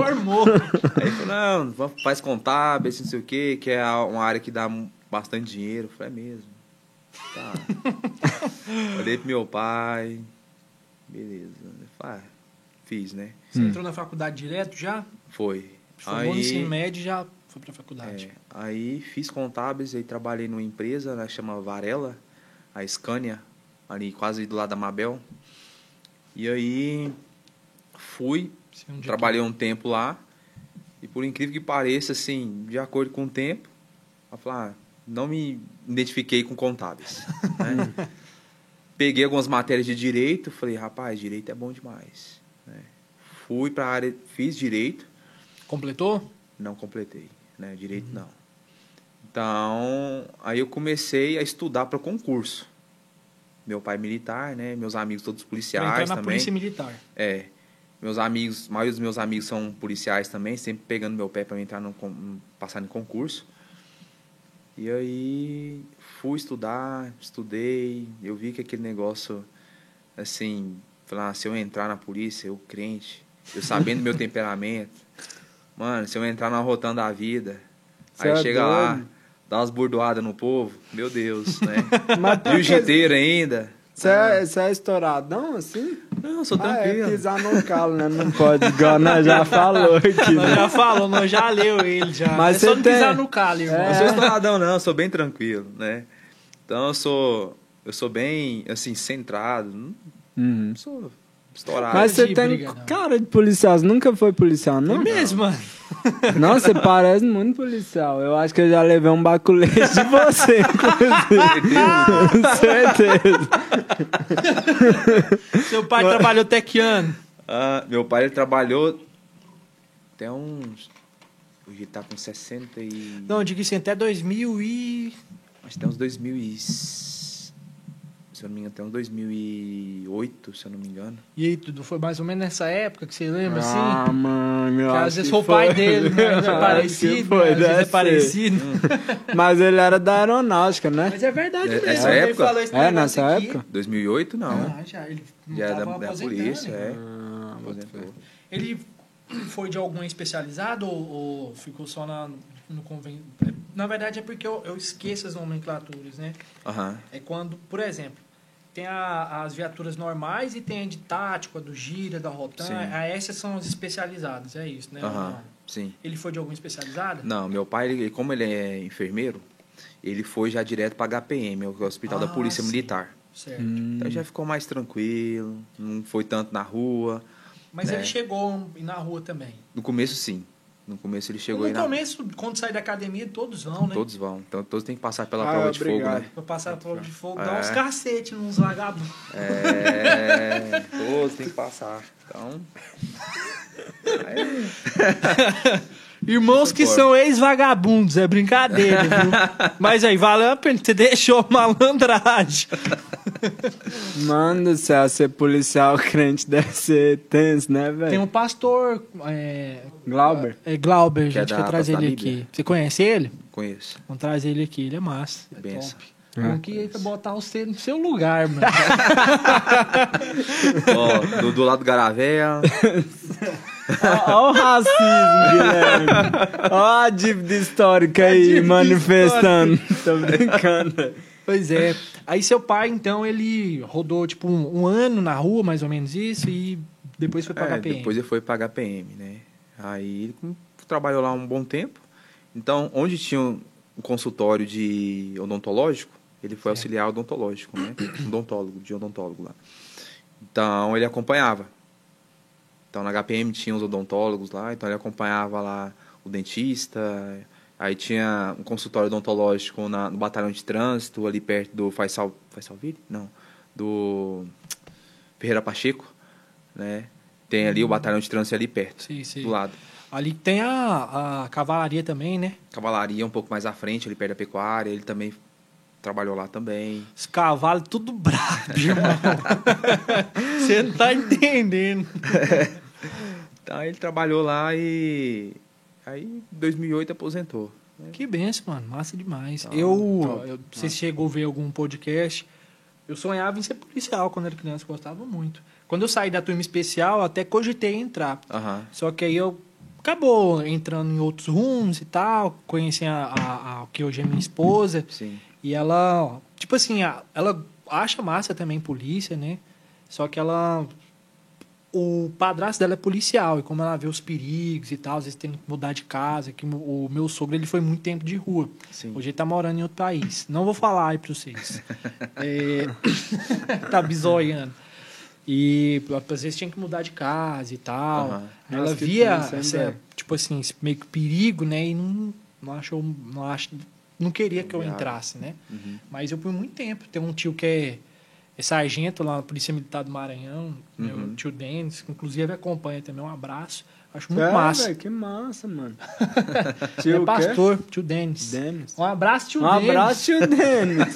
Aí falou, não, faz contábeis, não sei o quê, que é uma área que dá bastante dinheiro. Eu falei, é mesmo. Tá. Olhei pro meu pai, beleza. Eu falei, fiz, né? Você entrou na faculdade direto já? Foi. Formou no ensino médio e já foi pra faculdade. Aí fiz contábeis, aí trabalhei numa empresa, né, que chama Varela, a Scania, ali quase do lado da Mabel. E aí fui, trabalhei um tempo lá, e por incrível que pareça, assim, de acordo com o tempo, eu falei, não me identifiquei com contábeis. Né? Peguei algumas matérias de direito, falei, rapaz, direito é bom demais. Né? Fui para a área, fiz direito. Completou? Não completei, né? Direito não. Então, aí eu comecei a estudar para concurso. Meu pai é militar, né? Meus amigos todos policiais também. Polícia Militar. Meus amigos, a maioria dos meus amigos são policiais também, sempre pegando meu pé para entrar passar em concurso. E aí fui estudar, estudei, eu vi que aquele negócio, assim, falar, se eu entrar na polícia, eu crente, eu sabendo meu temperamento, mano, se eu entrar na rotando da vida, aí chega lá, dá umas burdoadas no povo, meu Deus, né? Jiu-jiteiro ainda. Você é estouradão, assim? Não, sou tranquilo. É pisar no calo, né? Não pode, igual nós já falou aqui. Nós já falou, nós já leu ele já. Mas é só não pisar no calo, irmão. Eu sou estouradão, não, eu sou bem tranquilo, né? Então eu sou bem, assim, centrado. Não sou estourado. Mas você tem cara de policial, você nunca foi policial, não? É mesmo, mano. Não, você parece muito policial. Eu acho que eu já levei um baculete de você, inclusive. Certeza. Seu pai trabalhou até que ano? Meu pai ele trabalhou até uns... Hoje ele tá com 60 e... Não, eu digo assim, até 2000 e... Acho que até uns 2000 e... Se eu não me engano, até uns 2008, se eu não me engano. E aí, tudo foi mais ou menos nessa época que você lembra, assim? Mano, eu que acho às vezes que foi o pai dele, né? É parecido, foi, às vezes é parecido. Mas ele era da aeronáutica, né? Mas é verdade mesmo. Nessa época? Falou esse nessa aqui. época? 2008, não. Já, ele Já era tava da aposentando, polícia, né? Aposentou. Ele foi de algum especializado ou ficou só no convênio? Na verdade é porque eu esqueço as nomenclaturas, né? É quando, por exemplo, tem as viaturas normais e tem a de tático, a do Gira, da Rotan. Essas são as especializadas, é isso, né? Sim. Ele foi de alguma especializada? Não, meu pai, como ele é enfermeiro, ele foi já direto para HPM, o Hospital da Polícia Militar. Certo. Então já ficou mais tranquilo, não foi tanto na rua. Mas ele chegou na rua também? No começo, sim. No começo ele chegou aí no começo, quando sai da academia, todos vão, né? Todos vão. Então todos têm que passar pela prova de fogo, né? Pra passar a prova de fogo, dá uns cacetes nos vagabundos. Todos têm que passar. Então... Irmãos que são ex-vagabundos, é brincadeira, viu? Mas aí, valeu a pena, você deixou malandragem. Mano do céu, ser policial crente deve ser tenso, né, velho? Tem um pastor... Glauber? Glauber, gente, quer trazer ele aqui. Você conhece ele? Conheço. Vamos trazer ele aqui, ele é massa. É benção. Top. Aqui pra botar você no seu lugar, mano. Do lado do Garavéia. Olha o racismo, Guilherme. Olha a dívida histórica aí manifestando. Tô brincando. Pois é. Aí seu pai, então, ele rodou tipo um ano na rua, mais ou menos isso, e depois foi pra HPM. Depois ele foi pra HPM, né? Aí ele trabalhou lá um bom tempo. Então, onde tinha um consultório de odontológico, ele foi auxiliar odontológico, né? Odontólogo lá. Então, ele acompanhava. Então, na HPM tinha os odontólogos lá, então ele acompanhava lá o dentista. Aí tinha um consultório odontológico no batalhão de trânsito, ali perto do Faisalville? Não, do Ferreira Pacheco, né? Tem ali o batalhão de trânsito ali perto, do lado. Ali tem a cavalaria também, né? Cavalaria um pouco mais à frente, ali perto da pecuária, ele também trabalhou lá também. Os cavalos tudo bravo, irmão. Você não tá entendendo. Então ele trabalhou lá e aí em 2008 aposentou. Né? Que benção, mano. Massa demais. Então, você chegou a ver algum podcast? Eu sonhava em ser policial quando era criança, gostava muito. Quando eu saí da turma especial, até cogitei entrar. Só que aí eu acabou entrando em outros rumos e tal, conheci a que hoje é minha esposa. Sim. E ela, tipo assim, ela acha massa também polícia, né? Só que ela... o padrasto dela é policial, e como ela vê os perigos e tal, às vezes tem que mudar de casa, que o meu sogro ele foi muito tempo de rua. Sim. Hoje ele tá morando em outro país. Não vou falar aí pra vocês. Tá bisoiando. E às vezes tinha que mudar de casa e tal. Aham. Ela Nossa, que via, triste, hein, assim, velho? tipo assim, esse meio que perigo, né? E não queria que eu entrasse, né? Uhum. Mas eu por muito tempo. Tem um tio que é sargento lá na Polícia Militar do Maranhão, meu tio Denis, que inclusive acompanha também. Um abraço. Acho muito massa. Véio, que massa, mano. Ele é o quê? pastor, tio Denis. Denis. Um abraço, tio Um Denis. abraço, tio Denis.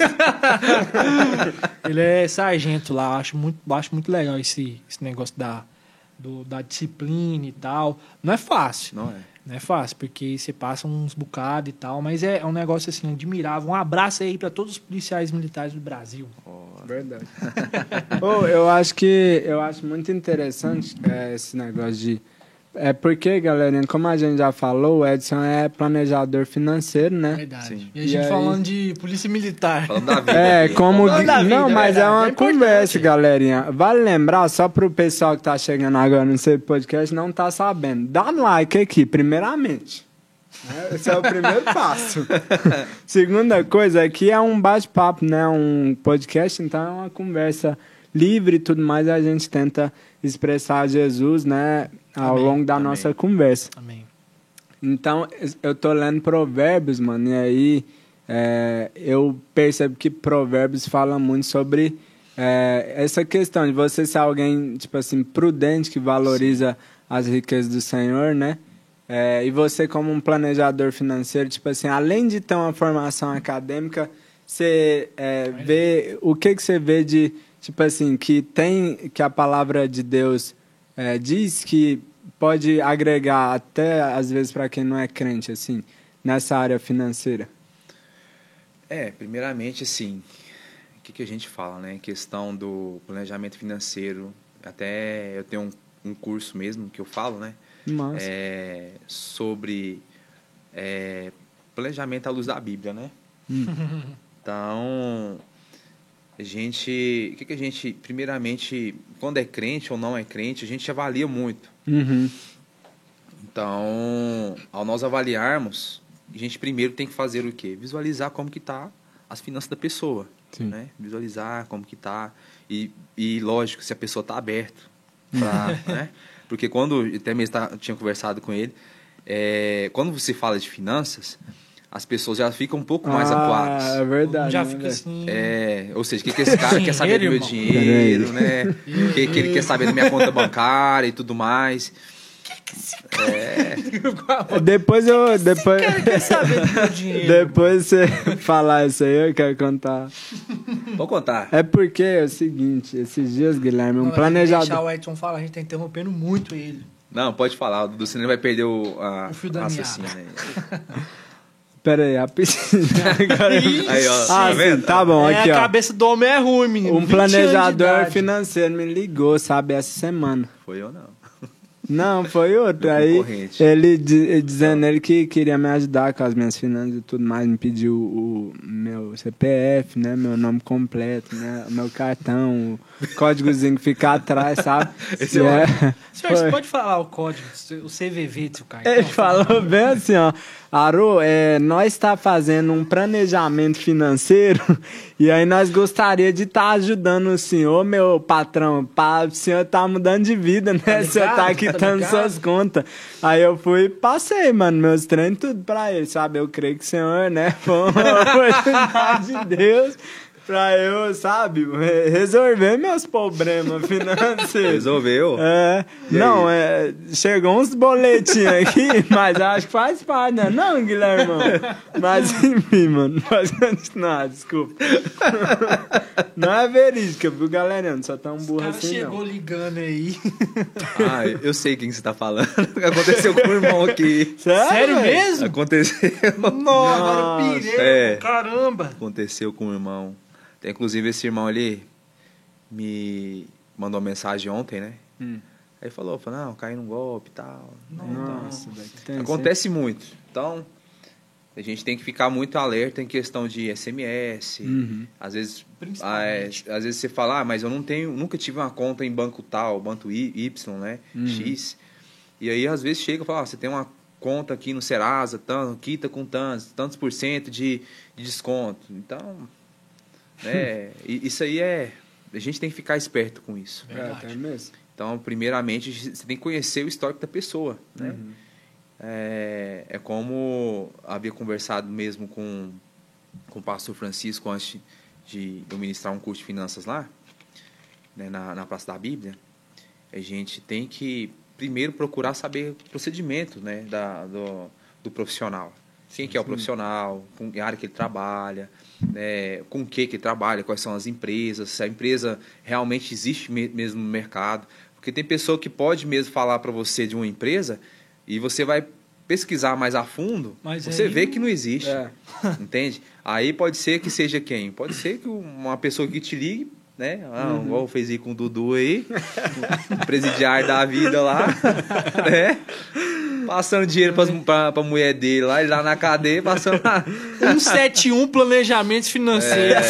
Ele é sargento lá. Acho muito legal esse negócio da disciplina e tal. Não é fácil. Não é fácil, porque você passa uns bocados e tal, mas é um negócio assim, admirável. Um abraço aí para todos os policiais militares do Brasil. Verdade. Eu acho muito interessante esse negócio de... porque, galerinha, como a gente já falou, o Edson é planejador financeiro, né? Verdade. Sim. E a gente falando de polícia militar. Falando da vida. Como... Falando da vida, Não, mas verdade, é uma importante. conversa, galerinha. Vale lembrar, só pro pessoal que tá chegando agora no seu podcast não tá sabendo. Dá um like aqui, primeiramente. Esse é o primeiro passo. Segunda coisa, aqui é um bate-papo, né? Um podcast, então é uma conversa livre e tudo mais. A gente tenta expressar Jesus, né? Ao longo da nossa conversa. Amém. Então, eu tô lendo Provérbios, mano, e aí eu percebo que Provérbios fala muito sobre essa questão de você ser alguém, tipo assim, prudente, que valoriza as riquezas do Senhor, né? E você, como um planejador financeiro, tipo assim, além de ter uma formação acadêmica, você vê... O que você vê de, tipo assim, que a palavra de Deus diz que pode agregar até, às vezes, para quem não é crente, assim, nessa área financeira? Primeiramente, assim, o que a gente fala, né? Questão do planejamento financeiro. Até eu tenho um curso mesmo que eu falo, né? Nossa. Sobre planejamento à luz da Bíblia, né? Então, o que a gente, primeiramente, quando é crente ou não é crente, a gente avalia muito. Uhum. Então, ao nós avaliarmos, a gente primeiro tem que fazer o quê? Visualizar como que tá as finanças da pessoa. Sim. Né? Visualizar como que tá. E lógico, se a pessoa tá aberta para, né? Porque quando, até mesmo tinha conversado com ele, quando você fala de finanças, as pessoas já ficam um pouco mais acuadas. É verdade. Já né, fica assim... Ou seja, o que esse cara quer saber do meu dinheiro, né? O que ele quer saber da minha conta bancária e tudo mais. Depois quer saber do meu dinheiro. Depois você falar isso aí, eu quero contar. Vou contar. É porque é o seguinte, esses dias, Guilherme, um planejador... Deixar o Edson falar, a gente tá interrompendo muito ele. Não, pode falar, o Dudu, senão ele vai perder o fio da raciocínio. Né? Pera aí, a piscina. Aí, ó, tá vendo? Tá bom, aqui, a ó. cabeça do homem é ruim, menino. Um 20 anos de planejador idade. financeiro me ligou, sabe, essa semana. Foi eu não. Não, foi outro. Meu Aí concorrente. ele dizendo ele que queria me ajudar com as minhas finanças e tudo mais, me pediu o meu CPF, né, meu nome completo, né, meu cartão, o códigozinho que fica atrás, sabe? Esse Senhor, você pode falar o código, o CVV do seu cartão? Ele falou bem assim, ó, Aru, nós está fazendo um planejamento financeiro e aí nós gostaria de estar ajudando o senhor, meu patrão, para o senhor tá mudando de vida, né? O senhor tá quitando suas contas. Aí eu fui e passei, mano, meus treinos, tudo pra ele, sabe? Eu creio que o senhor, né, foi uma oportunidade de Deus pra eu, sabe, resolver meus problemas financeiros. Resolveu? Não, chegou uns boletinhos aqui, mas acho que faz parte, né? Não, Guilherme? Mas enfim, mano, pode continuar, desculpa. Não é verídica, viu, galera? Não só tão burro assim, chegou não. ligando aí. Eu sei quem você tá falando. Aconteceu com o irmão aqui. Sério mesmo? Aconteceu. Nossa, agora eu pirei, caramba. Aconteceu com o irmão. Inclusive, esse irmão, ele me mandou uma mensagem ontem, né? Aí falou, não, caí num golpe e tal. Nossa, então, acontece muito. Então, A gente tem que ficar muito alerta em questão de SMS. Às vezes, às vezes você fala, mas eu nunca tive uma conta em banco tal, banco Y, né? X. E aí, às vezes, chega e fala, você tem uma conta aqui no Serasa, quita com tantos por cento de desconto. Então, né, isso aí a gente tem que ficar esperto com isso. É mesmo. Então, primeiramente, você tem que conhecer o histórico da pessoa, né? É como havia conversado mesmo com o pastor Francisco antes de eu ministrar um curso de finanças lá, né, na Praça da Bíblia. A gente tem que primeiro procurar saber o procedimento, né, do profissional. Quem que é o profissional, com que área que ele trabalha, né, com que ele trabalha, quais são as empresas, se a empresa realmente existe mesmo no mercado. Porque tem pessoa que pode mesmo falar para você de uma empresa e você vai pesquisar mais a fundo, mas você vê que não existe, entende? Aí pode ser que seja quem? Pode ser que uma pessoa que te ligue, né? Igual fez aí com o Dudu aí, o presidiário da vida lá, né? Passando dinheiro pra mulher dele lá, ele lá na cadeia, passando 171 planejamentos financeiros.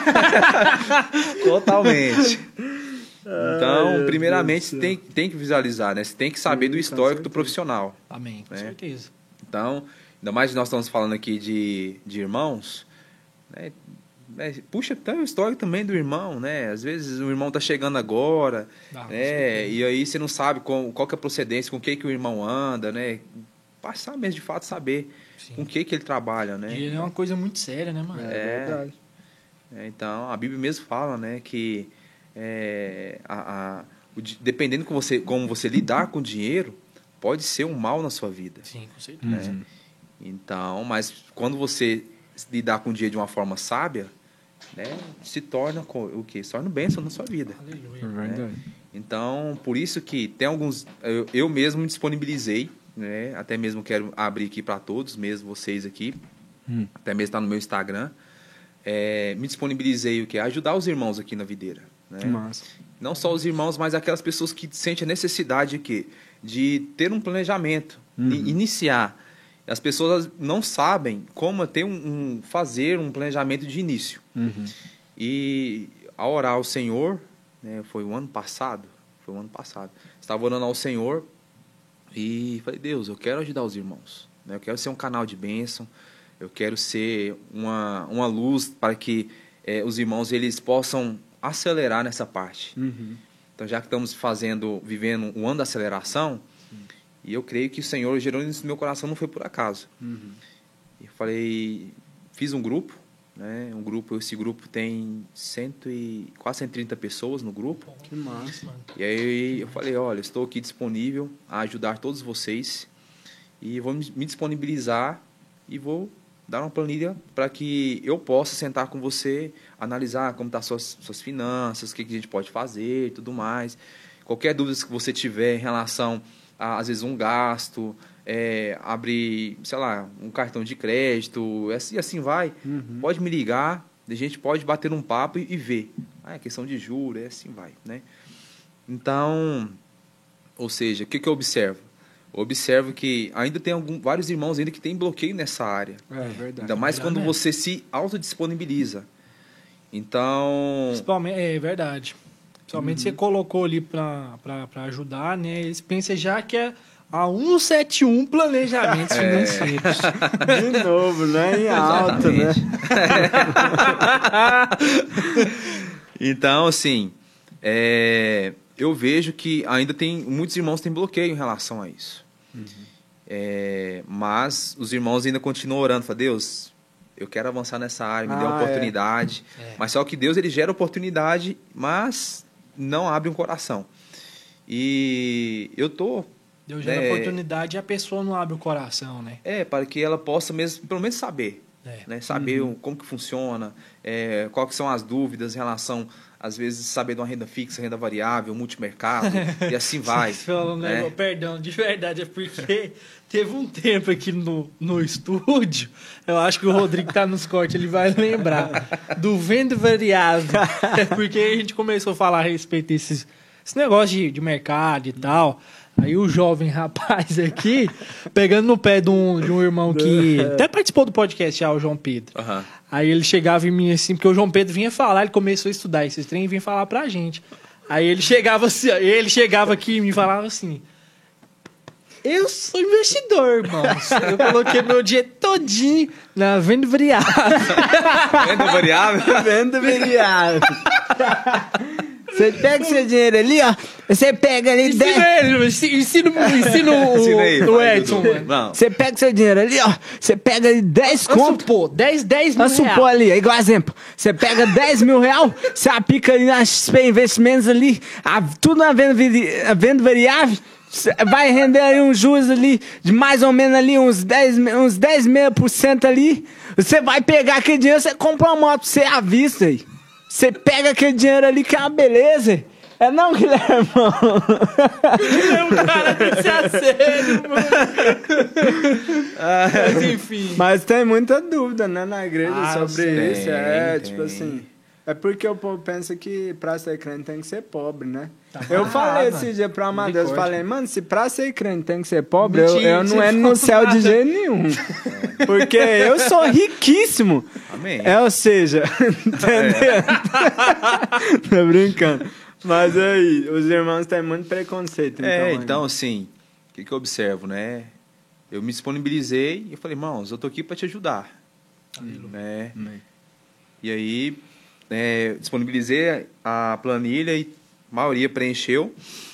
Totalmente. Então, primeiramente, você tem que visualizar, né? Você tem que saber do histórico do profissional. Amém, com certeza. Então, ainda mais nós estamos falando aqui de irmãos, né? Puxa até o histórico também do irmão, né? Às vezes o irmão está chegando agora, né? E aí você não sabe qual que é a procedência, com o que o irmão anda, né? Passar mesmo, de fato, saber com o que ele trabalha, né? E ele é uma coisa muito séria, né, mano? É verdade. Então, a Bíblia mesmo fala, né, que dependendo como você lidar com o dinheiro, pode ser um mal na sua vida. Sim, com certeza. Né? Então, mas quando você lidar com o dinheiro de uma forma sábia, né, se torna o quê? Se torna bênção na sua vida. Aleluia. É verdade. Né? Então, por isso que tem alguns... Eu mesmo me disponibilizei, né, até mesmo quero abrir aqui para todos, mesmo vocês aqui, até mesmo está no meu Instagram, me disponibilizei ajudar os irmãos aqui na videira. Né? Massa. Não só os irmãos, mas aquelas pessoas que sentem a necessidade de ter um planejamento, iniciar. As pessoas não sabem como fazer um planejamento de início. E ao orar ao Senhor, né, foi o ano passado, estava orando ao Senhor e falei, Deus, eu quero ajudar os irmãos, né? Eu quero ser um canal de bênção, eu quero ser uma luz para que os irmãos eles possam acelerar nessa parte. Então, já que estamos vivendo um ano da aceleração, e eu creio que o Senhor gerou isso no meu coração, não foi por acaso. E eu falei, fiz um grupo, né? Esse grupo tem quase 130 pessoas no grupo. Que massa, mano. E aí eu falei, olha, estou aqui disponível a ajudar todos vocês e vou me disponibilizar e vou dar uma planilha para que eu possa sentar com você, analisar como estão suas finanças, o que a gente pode fazer e tudo mais. Qualquer dúvida que você tiver em relação a, às vezes, um gasto, abrir, sei lá, um cartão de crédito, e assim vai, pode me ligar, a gente pode bater um papo e ver. É questão de juros, assim vai, né? Então, ou seja, o que eu observo? Observo que ainda tem vários irmãos ainda que têm bloqueio nessa área. É verdade. Ainda mais quando você se autodisponibiliza. Então... Principalmente, é verdade. Principalmente você colocou ali para ajudar, né? Eles pensam já que é a 171 planejamentos financeiros. De novo, né? Em alto, né? Então, assim, eu vejo que ainda muitos irmãos têm bloqueio em relação a isso. Mas os irmãos ainda continuam orando. Falam, Deus, eu quero avançar nessa área, me dê uma oportunidade. Mas só que Deus, ele gera oportunidade, mas não abre um coração. E eu tô... Deus gera oportunidade e a pessoa não abre o coração, né? Para que ela possa mesmo, pelo menos saber. Né? Saber como que funciona, quais são as dúvidas em relação, às vezes, saber de uma renda fixa, renda variável, multimercado, e assim vai. Né? Perdão, de verdade, é porque teve um tempo aqui no estúdio, eu acho que o Rodrigo tá nos cortes, ele vai lembrar, do venda variável. É porque a gente começou a falar a respeito desse negócio de mercado e tal. Aí o jovem rapaz aqui, pegando no pé de um irmão que até participou do podcast já, o João Pedro. Aham. Aí ele chegava em mim assim, porque o João Pedro vinha falar, ele começou a estudar esses trem e vinha falar pra gente. Aí ele chegava assim, ele chegava aqui e me falava assim: eu sou investidor, irmãos. Eu coloquei meu dia todinho na venda variável. Venda variável? Venda variável. Você pega seu dinheiro ali, ó. Você pega ali 10. Ensina aí, o vai, Edson, Dudu. mano. Não. Você pega seu dinheiro ali, ó. Você pega ali 10 Vamos conto. supor, 10 mil Vamos supor reais. ali, é igual exemplo. Você pega 10 mil reais, você aplica ali na XP Investimentos ali, tudo na venda variável, vai render aí uns juros ali de mais ou menos ali uns 10,5% ali. Você vai pegar aquele dinheiro, você compra uma moto pra você à vista aí. Você pega aquele dinheiro ali que é uma beleza. É não, Guilherme? O cara tem que ser sério, mano. Mas enfim. Mas tem muita dúvida, né, na igreja sobre tem, isso. Tipo assim. É porque o povo pensa que pra ser crente tem que ser pobre, né? Eu falei esse dia pro Amadeus, falei, mano, se pra ser crente tem que ser pobre, eu não entro no céu de jeito nenhum. Porque eu sou riquíssimo. Amém. Ou seja, entendeu? Tô brincando. Mas aí, os irmãos têm muito preconceito. Então assim, o que eu observo, né? Eu me disponibilizei e eu falei, irmãos, eu tô aqui para te ajudar. Né? E aí, disponibilizei a planilha e a maioria preencheu.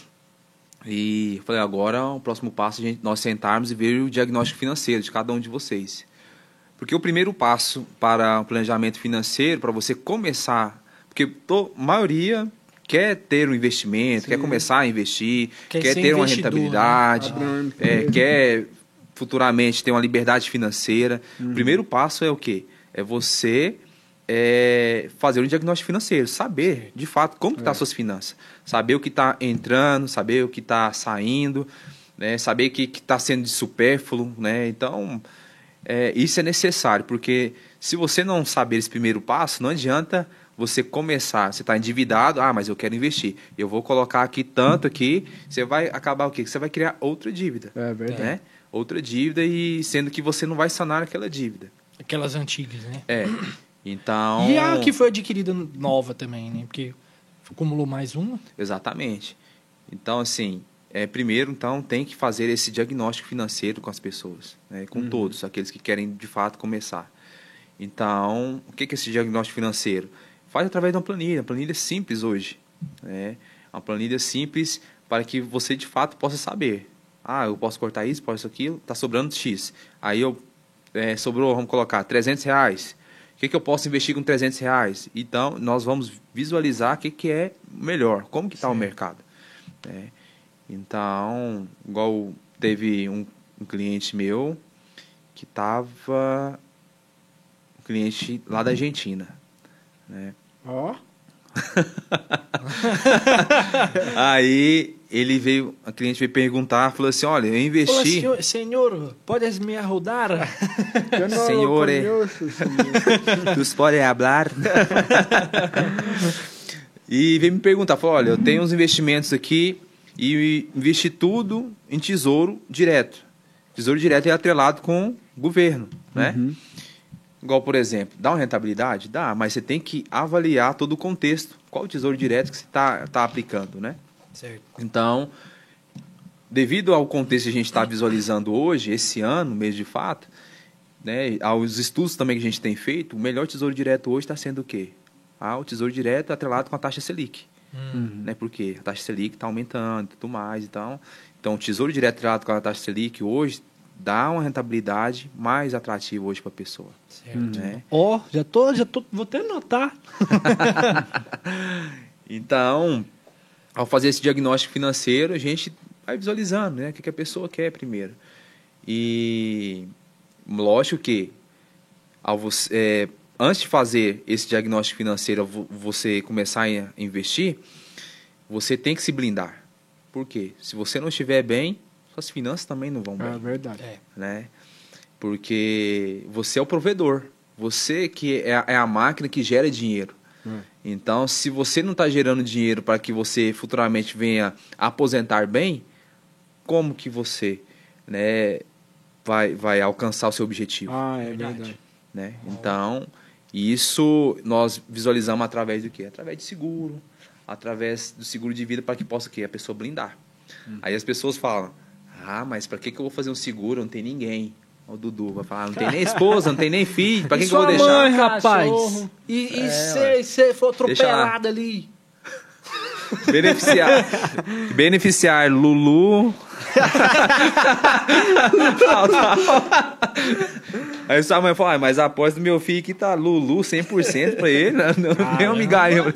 E falei, agora o próximo passo é nós sentarmos e ver o diagnóstico financeiro de cada um de vocês. Porque o primeiro passo para o planejamento financeiro, para você começar, porque a maioria quer ter um investimento, quer começar a investir, quer ter uma rentabilidade, quer futuramente ter uma liberdade financeira. O primeiro passo é o quê? É você fazer um diagnóstico financeiro, saber de fato como estão as suas finanças, saber o que está entrando, saber o que está saindo, né? Saber o que está sendo de supérfluo, né? Então, isso é necessário, porque se você não saber esse primeiro passo, não adianta você começar, você está endividado, mas eu quero investir, eu vou colocar aqui tanto aqui, você vai acabar o quê? Você vai criar outra dívida. É verdade. Né? Outra dívida, e sendo que você não vai sanar aquela dívida. Aquelas antigas, né? Então... E a que foi adquirida nova também, né? Porque acumulou mais uma. Exatamente. Então, assim, primeiro, então, tem que fazer esse diagnóstico financeiro com as pessoas, né? Com todos, aqueles que querem, de fato, começar. Então, o que é esse diagnóstico financeiro? Faz através de uma planilha simples hoje. Né? Uma planilha simples para que você, de fato, possa saber. Eu posso cortar isso, posso aquilo, está sobrando X. Aí sobrou, vamos colocar, R$300. O que eu posso investir com R$300? Então, nós vamos visualizar o que é melhor, como que está o mercado. Né? Então, igual teve um cliente meu que estava... Um cliente lá da Argentina. Né? Aí a cliente veio perguntar, falou assim, olha, eu investi... Olá, senhor, podes me ajudar? Senhor, tu pode falar? E veio me perguntar, falou, olha, eu tenho uns investimentos aqui e investi tudo em tesouro direto. Tesouro direto é atrelado com o governo, né? Igual, por exemplo, dá uma rentabilidade? Dá, mas você tem que avaliar todo o contexto. Qual o tesouro direto que você está aplicando, né? Certo. Então, devido ao contexto que a gente está visualizando hoje, esse ano, mês de fato, né, aos estudos também que a gente tem feito, o melhor tesouro direto hoje está sendo o quê? O tesouro direto atrelado com a taxa Selic. Né? Porque a taxa Selic está aumentando e tudo mais. Então, o tesouro direto atrelado com a taxa Selic hoje dá uma rentabilidade mais atrativa hoje para a pessoa. Certo. Né? Vou até anotar. Então, ao fazer esse diagnóstico financeiro, a gente vai visualizando, né, o que a pessoa quer primeiro. E lógico que antes de fazer esse diagnóstico financeiro, você começar a investir, você tem que se blindar. Por quê? Se você não estiver bem, suas finanças também não vão bem. É verdade. Né? Porque você é o provedor. Você que é a máquina que gera dinheiro. Então, se você não está gerando dinheiro para que você futuramente venha aposentar bem, como que você, né, vai alcançar o seu objetivo. É verdade. Né? Então, isso nós visualizamos através do quê? Através de seguro, através do seguro de vida para que possa o quê? A pessoa blindar. Aí as pessoas falam, mas para que eu vou fazer um seguro? Não tem ninguém. O Dudu vai falar, não tem nem esposa, não tem nem filho, para que eu vou deixar? Mãe, rapaz. E você foi atropelado ali. Beneficiar Lulu. Aí sua mãe fala, mas a aposta do meu filho que tá Lulu 100% pra ele, né? Nem um migalho.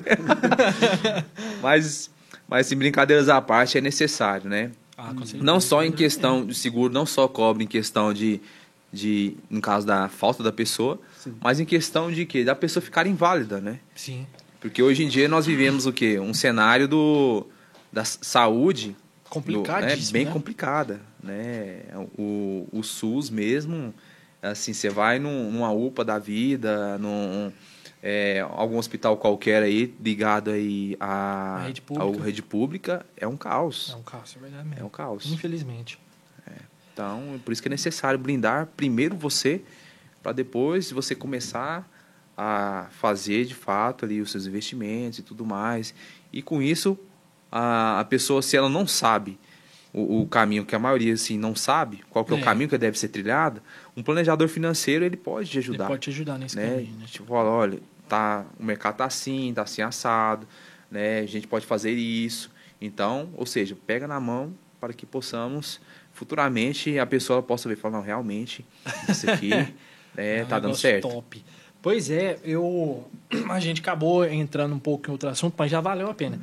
Mas assim, brincadeiras à parte, é necessário, né? Não só em questão de seguro, não só cobre em questão de no caso da falta da pessoa, mas em questão de quê? Da pessoa ficar inválida, né? Sim. Porque hoje em dia nós vivemos o quê? Um cenário da saúde complicadíssimo, bem né? complicada, né? O SUS mesmo, assim, você vai numa UPA da vida, algum hospital qualquer aí ligado aí à rede pública, é um caos. É um caos, é verdade mesmo. É um caos. Infelizmente. Então, por isso que é necessário blindar primeiro você, para depois você começar a fazer de fato ali os seus investimentos e tudo mais. E com isso, a pessoa, se ela não sabe o caminho, que a maioria assim, não sabe qual que é o caminho que deve ser trilhado, um planejador financeiro ele pode te ajudar. Ele pode te ajudar nesse caminho. Né? Tipo, olha, o mercado está assim assado, né? A gente pode fazer isso. Então, ou seja, pega na mão para que possamos, futuramente, a pessoa possa ver e falar, não, realmente, isso aqui tá dando certo. Top. Pois é, a gente acabou entrando um pouco em outro assunto, mas já valeu a pena.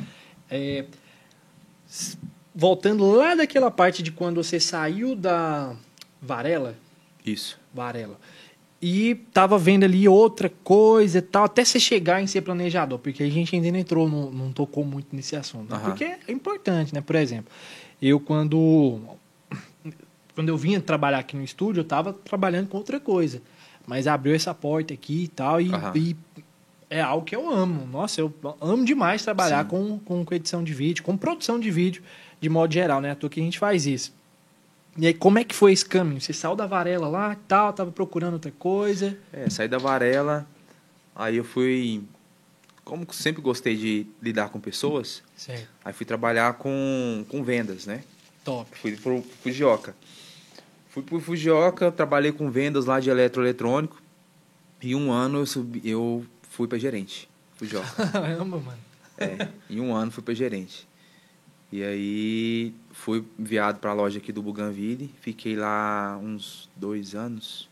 Voltando lá daquela parte de quando você saiu da Varela. Isso. Varela. E tava vendo ali outra coisa e tal, até você chegar em ser planejador, porque a gente ainda não entrou, não tocou muito nesse assunto. Né? Porque é importante, né? Por exemplo, eu quando eu vinha trabalhar aqui no estúdio, eu tava trabalhando com outra coisa. Mas abriu essa porta aqui e tal, e é algo que eu amo. Nossa, eu amo demais trabalhar com edição de vídeo, com produção de vídeo, de modo geral, né? À toa que a gente faz isso. E aí, como é que foi esse caminho? Você saiu da Varela lá e tal, tava procurando outra coisa? Saí da Varela, aí eu fui... Como sempre gostei de lidar com pessoas, certo. Aí fui trabalhar com vendas, né? Top. Fui pro Fujioka. Fui pro Fujioka, trabalhei com vendas lá de eletroeletrônico. E um ano eu fui para gerente. Fujioka. Caramba, mano. Em um ano fui para gerente. E aí fui enviado para a loja aqui do Bougainville. Fiquei lá uns 2 anos.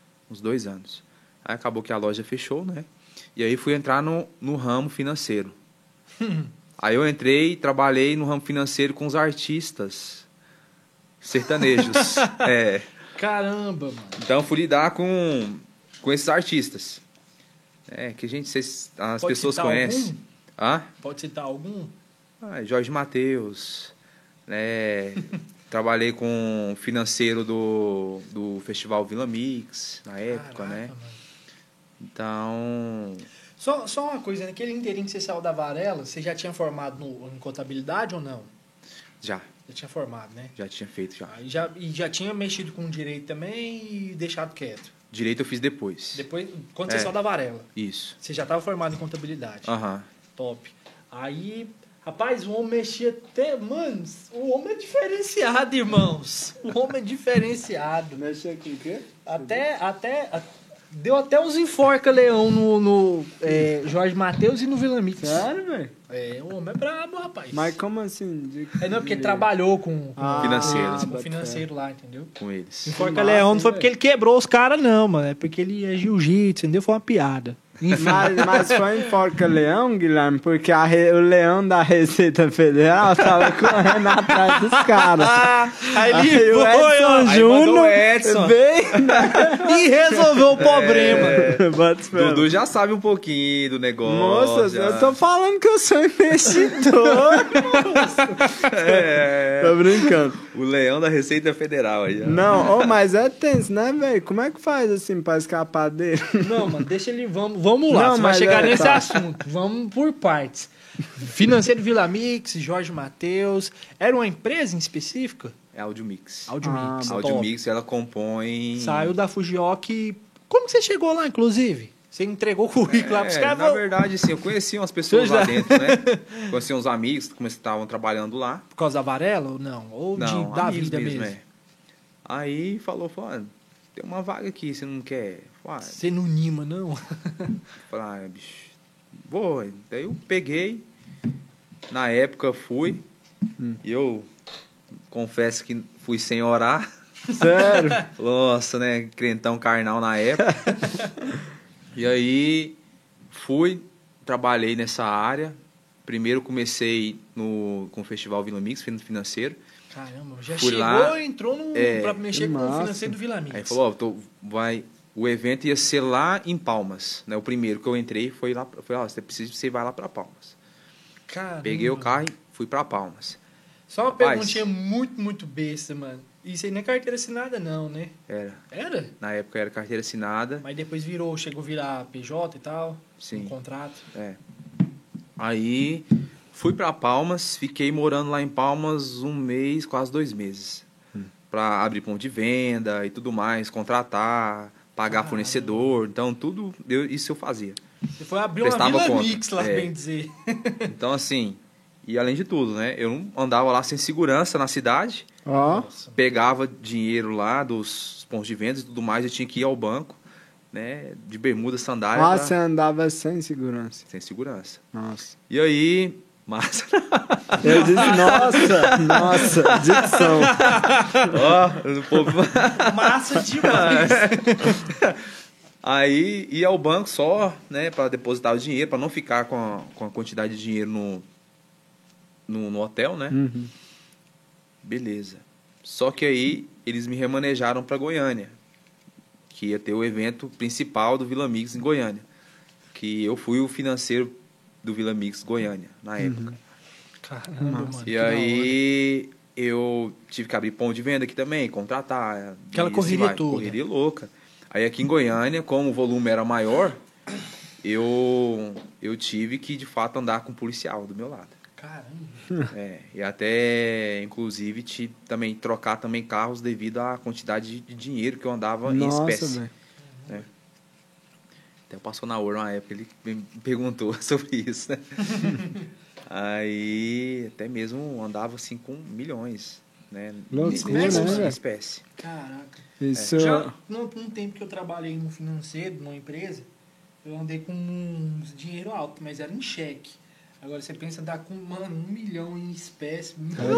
Aí acabou que a loja fechou, né? E aí fui entrar no ramo financeiro. Aí eu entrei e trabalhei no ramo financeiro com os artistas sertanejos. Caramba, mano. Então fui lidar com esses artistas. Que as pessoas conhecem. Pode citar algum? Jorge Mateus. Né? Trabalhei com o financeiro do Festival Vila Mix na época. Caraca, né? Mano. Então... Só uma coisa, naquele inteirinho que você saiu da Varela, você já tinha formado em contabilidade ou não? Já tinha formado, né? Já tinha feito, já. E já tinha mexido com direito também e deixado quieto? Direito eu fiz depois. Depois, quando você saiu da Varela? Isso. Você já estava formado em contabilidade? Top. Aí, rapaz, o homem mexia até... Mano, o homem é diferenciado, irmãos. O homem é diferenciado. Mexia com o quê? Deu até uns enforca-leão no Jorge Mateus e no Vila Mix. Sério, velho? O homem é brabo, rapaz. Mas como assim? Não, porque trabalhou com financeiro. O financeiro lá, entendeu? Com eles. Enforca-leão não foi porque ele quebrou os caras, não, mano. É porque ele é jiu-jitsu, entendeu? Foi uma piada. Mas foi enforca-leão, Guilherme, porque o leão da Receita Federal tava correndo atrás dos caras. Aí o Edson Júnior veio e resolveu o problema. Dudu já sabe um pouquinho do negócio. Moça, eu tô falando que eu sou investidor. Tô brincando. O leão da Receita Federal aí. Não, mas é tenso, né, velho? Como é que faz assim pra escapar dele? Não, mano, deixa ele... Vamos lá, você vai chegar nesse assunto. Vamos por partes. Financeiro Vila Mix, Jorge Mateus. Era uma empresa em específica? É Audio Mix. Audio Mix, Audio top. Mix, ela compõe... Saiu da Fujioka. Como que você chegou lá, inclusive? Você entregou o currículo lá pros caras? Na verdade, sim, eu conheci umas pessoas lá dentro, né? Conheci uns amigos que estavam trabalhando lá. Por causa da Varela ou não? Ou Não, da amigos vida mesmo? é. Aí falou, tem uma vaga aqui, você não quer? Você não anima, não? Falei, bicho, vou. Daí eu peguei, na época fui, e eu confesso que fui sem orar. Sério? Nossa, né? Crentão carnal na época. E aí fui, trabalhei nessa área. Primeiro comecei com o Festival Vila Mix, financeiro. Caramba, já Fui chegou lá, e entrou pra mexer com o financeiro do Vila Mix. Aí falou, o evento ia ser lá em Palmas, né? O primeiro que eu entrei foi lá, você vai lá para Palmas. Caramba. Peguei o carro e fui para Palmas. Só uma perguntinha muito besta, mano. Isso aí não é carteira assinada, não, né? Era. Era? Na época era carteira assinada. Mas depois chegou a virar PJ e tal? Sim. Um contrato? É. Aí fui para Palmas, fiquei morando lá em Palmas 1 mês, quase 2 meses. Para abrir ponto de venda e tudo mais, contratar, pagar fornecedor. Então, tudo isso eu fazia. Você foi abrir uma Vila Mix lá, bem dizer. Então, assim, e além de tudo, né? Eu não andava lá sem segurança na cidade. Pegava dinheiro lá dos pontos de venda e tudo mais, eu tinha que ir ao banco, né? De bermuda, sandália. Você andava sem segurança. Sem segurança. Nossa. E aí, massa. Eu disse, nossa, dicção. Massa demais. Aí ia ao banco só, né, para depositar o dinheiro, para não ficar com a quantidade de dinheiro no hotel, né? Uhum. Beleza. Só que aí eles me remanejaram para Goiânia, que ia ter o evento principal do Vila Mix em Goiânia, que eu fui o financeiro do Vila Mix Goiânia na época. Caramba, mano. E aí eu tive que abrir ponto de venda aqui também, contratar. Aquela correria toda. Correria louca. Aí aqui em Goiânia, como o volume era maior, eu tive que, de fato, andar com um policial do meu lado. Caramba. E até, inclusive, também trocar também carros devido à quantidade de dinheiro que eu andava em espécie. Né? Até passou na hora uma época, ele me perguntou sobre isso, né? Aí, até mesmo andava assim com milhões, né? Loucura, em espécie. Caraca. Isso... Já num tempo que eu trabalhei no financeiro, numa empresa, eu andei com uns dinheiro alto, mas era em cheque. Agora você pensa dar com, mano, 1 milhão em espécie.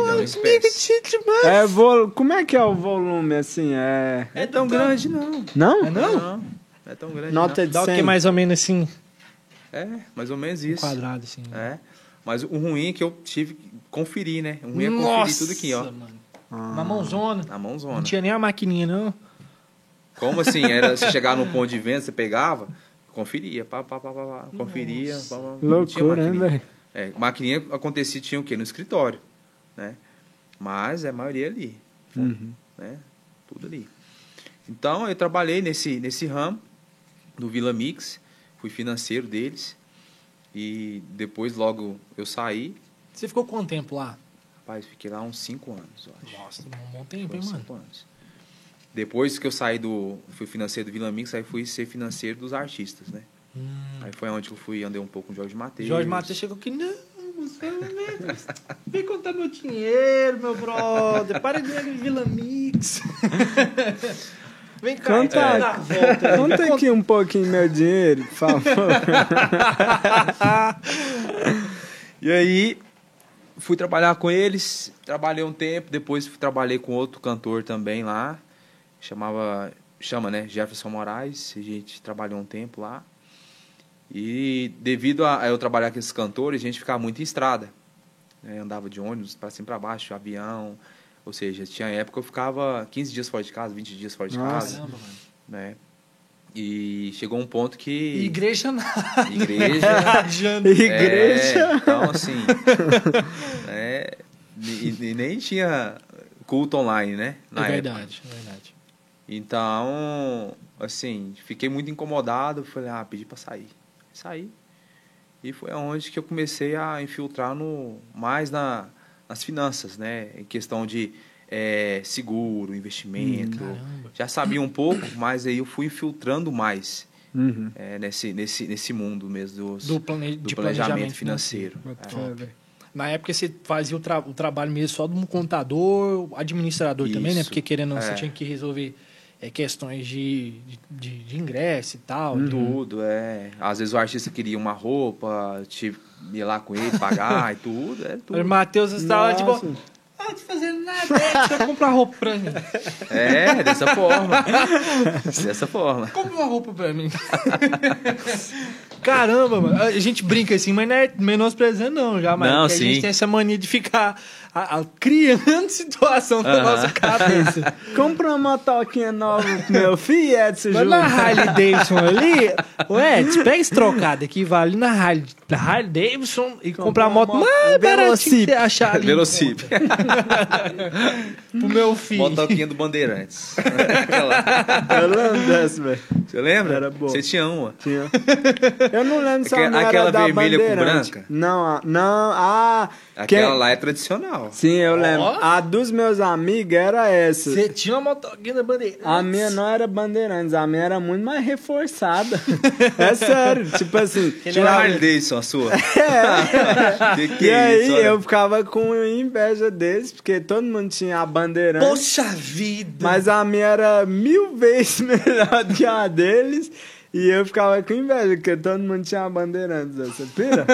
Como é que é o volume, assim? É tão grande, não. Não? Não é tão grande, Nota de 100? Dá o que mais ou menos assim? Mais ou menos isso. Quadrado, assim. Mas o ruim é que eu tive que conferir, né? O ruim é conferir tudo aqui, ó. Mano. Na mãozona. Na mãozona. Não tinha nem a maquininha, não. Como assim? Era você chegar no ponto de venda, você pegava, conferia, conferia. Loucura, hein, velho? Maquininha acontecia, tinha o quê? No escritório, né? Mas a maioria ali, né? Tudo ali. Então, eu trabalhei nesse ramo do Vila Mix, fui financeiro deles, e depois logo eu saí. Você ficou quanto tempo lá? Rapaz, fiquei lá uns 5 anos, eu acho. Nossa, um bom tempo, hein, mano? 5 anos. Depois que eu fui financeiro do Vila Mix, aí fui ser financeiro dos artistas, né? Aí foi onde eu andei um pouco com o Jorge Mateus. Jorge Mateus chegou aqui, não, vem contar meu dinheiro, meu brother, para de ir no Vila Mix. Vem cá, conta aqui um pouquinho meu dinheiro, por favor. E aí, fui trabalhar com eles, trabalhei um tempo, depois trabalhei com outro cantor também lá, chama, né, Jefferson Moraes, a gente trabalhou um tempo lá. E devido a eu trabalhar com esses cantores, a gente ficava muito em estrada, né? Andava de ônibus para cima e para baixo, avião, ou seja, tinha época que eu ficava 15 dias fora de casa, 20 dias fora de casa. Caramba, mano. Né? E chegou um ponto que... Igreja nada. Igreja. Então, assim... e nem tinha culto online, né? Na época. É verdade. Então, assim, fiquei muito incomodado. Falei, pedi pra sair. Saí. E foi onde que eu comecei a infiltrar mais nas finanças, né? Em questão de seguro, investimento. Já sabia um pouco, mas aí eu fui infiltrando mais nesse mundo mesmo do planejamento financeiro. Na época você fazia o trabalho mesmo só de um contador, administrador também, né? Porque querendo ou não, você tinha que resolver questões de ingresso e tal. Tudo, Às vezes o artista queria uma roupa, tive que ir lá com ele, pagar e tudo. Tudo. O Matheus estava tipo, não tô fazendo nada, deixa eu comprar roupa pra mim. Dessa forma. Dessa forma. Compra uma roupa pra mim. Caramba, mano. A gente brinca assim, mas não é menosprezando não, jamais. Não, a gente tem essa mania de ficar criando situação na nossa cabeça. Compra uma motoquinha nova pro meu filho, Edson Júnior. Vai na Harley Davidson ali. Ô, Edson, pega esse trocado aqui, vai ali na Harley Davidson e comprar a moto mais baratinha que você achar ali. Velocip. Pro meu filho. Motoquinha do Bandeirantes. Eu lembro dessa, velho. Você lembra? Era boa. Você tinha uma? Tinha. Eu não lembro se a minha aquela era da vermelha com Bandeirante. branca? Não. Aquela lá é tradicional. Sim, eu lembro. A dos meus amigos era essa. Você tinha uma motoquinha da Bandeirantes? A minha não era Bandeirantes, a minha era muito mais reforçada. É sério, tipo assim. Tinha uma Harley Davidson, a sua? E aí eu ficava com inveja deles, porque todo mundo tinha a Bandeirantes. Poxa vida! Mas a minha era 1000 vezes melhor do que a deles. E eu ficava com inveja, porque todo mundo tinha a Bandeirantes. Você pira?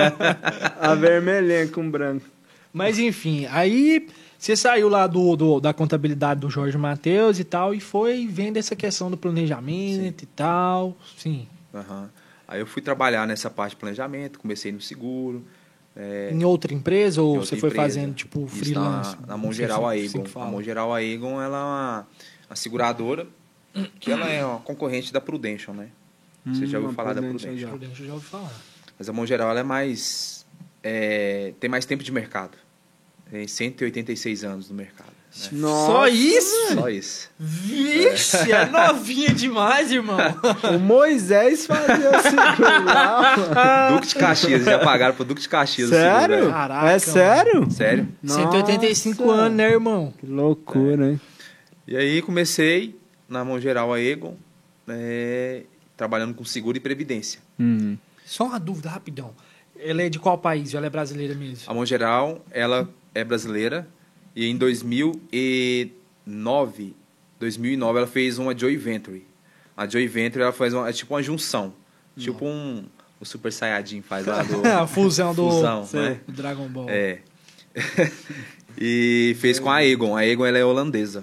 A vermelhinha com branco. Mas enfim, aí você saiu lá da contabilidade do Jorge Mateus e tal, e foi vendo essa questão do planejamento e tal. Sim. Aí eu fui trabalhar nessa parte de planejamento, comecei no seguro. Em outra empresa ou outra você foi empresa. fazendo tipo freelance? Na Mongeral Aegon. A Mongeral Aegon ela é uma seguradora que ela é uma concorrente da Prudential, né? Você já ouviu falar da Prudential? Prudential já ouvi falar. Mas a Mongeral ela é mais tem mais tempo de mercado. Tem 186 anos no mercado. Né? Nossa, só isso? Só isso. Vixe, é novinha demais, irmão. O Moisés fazia o seguro lá. Duque de Caxias, já pagaram pro Duque de Caxias. Sério? O seguro, Caraca, é sério? Sério. 185 anos, né, irmão? Que loucura, hein? E aí comecei na Mongeral Aegon, trabalhando com seguro e previdência. Só uma dúvida, rapidão. Ela é de qual país? Ela é brasileira mesmo? A Mongeral, ela é brasileira e em 2009 ela fez uma joint venture. A joint venture ela faz tipo uma junção. Tipo o Super Saiyajin faz lá do... A fusão né? do Dragon Ball. E fez com a Aegon. A Aegon ela é holandesa.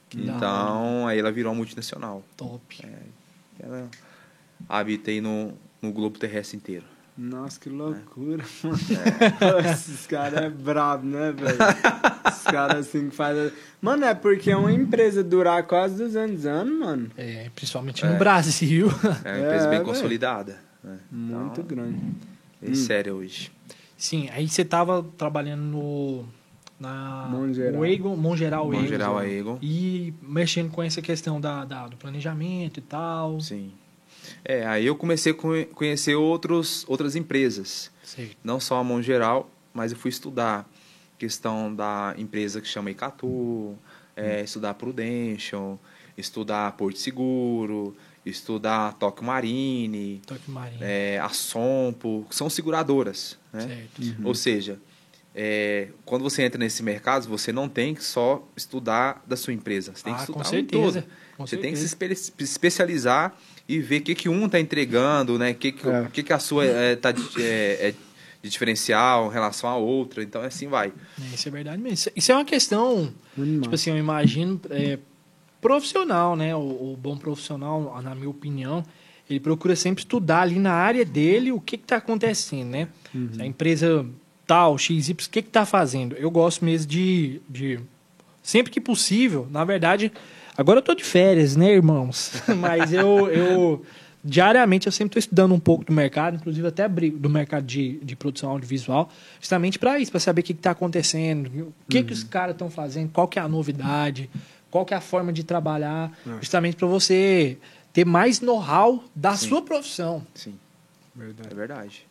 Então, aí ela virou uma multinacional. Top. Ela habita aí no globo terrestre inteiro. Nossa, que loucura, mano. Esses caras é brabo, né, velho? Esses caras assim que fazem... Mano, é porque é uma empresa durar quase 200 anos, mano. Principalmente no Brasil. É uma empresa bem consolidada. Né? Muito grande. É séria hoje. Sim, aí você tava trabalhando na Mongeral Aegon. E mexendo com essa questão do planejamento e tal. Sim. Aí eu comecei a conhecer outras empresas. Certo. Não só a Mongeral, mas eu fui estudar questão da empresa que chama Icatu, estudar Prudential, estudar Porto Seguro, estudar Tokio Marine, a Sompo, que são seguradoras. Né? Certo. Ou seja, quando você entra nesse mercado, você não tem que só estudar da sua empresa. Você tem que estudar um todo. Você tem que se especializar e ver o que um está entregando, né? O que a sua está de diferencial em relação à outra. Então, assim vai. Isso é verdade mesmo. Isso é uma questão, tipo assim, eu imagino, profissional, né? O bom profissional, na minha opinião, ele procura sempre estudar ali na área dele o que está acontecendo, né? A empresa tal, XY, o que está fazendo? Eu gosto mesmo de sempre que possível, na verdade... Agora eu tô de férias, né, irmãos? Mas eu diariamente eu sempre estou estudando um pouco do mercado, inclusive até do mercado de produção audiovisual, justamente para isso, para saber o que está acontecendo, o que os caras estão fazendo, qual que é a novidade, qual que é a forma de trabalhar, justamente para você ter mais know-how da sua profissão. Sim, é verdade.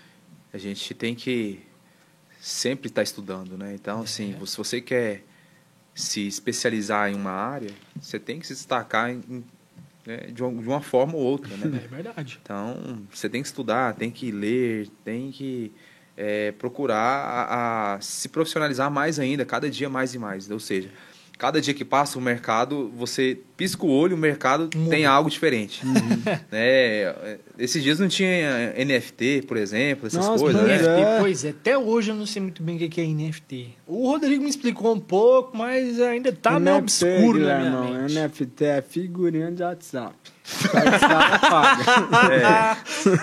A gente tem que sempre estar estudando, né? Então, assim, se você quer se especializar em uma área, você tem que se destacar de uma forma ou outra, né? É verdade. Então, você tem que estudar, tem que ler, tem que procurar se profissionalizar mais ainda, cada dia mais e mais. Ou seja, cada dia que passa o mercado, você pisca o olho, o mercado tem algo diferente. Esses dias não tinha NFT, por exemplo, essas coisas, né? NFT, pois é, até hoje eu não sei muito bem o que é NFT. O Rodrigo me explicou um pouco, mas ainda tá meio obscuro na minha mente. NFT é figurinha de WhatsApp. Só que os caras pagam.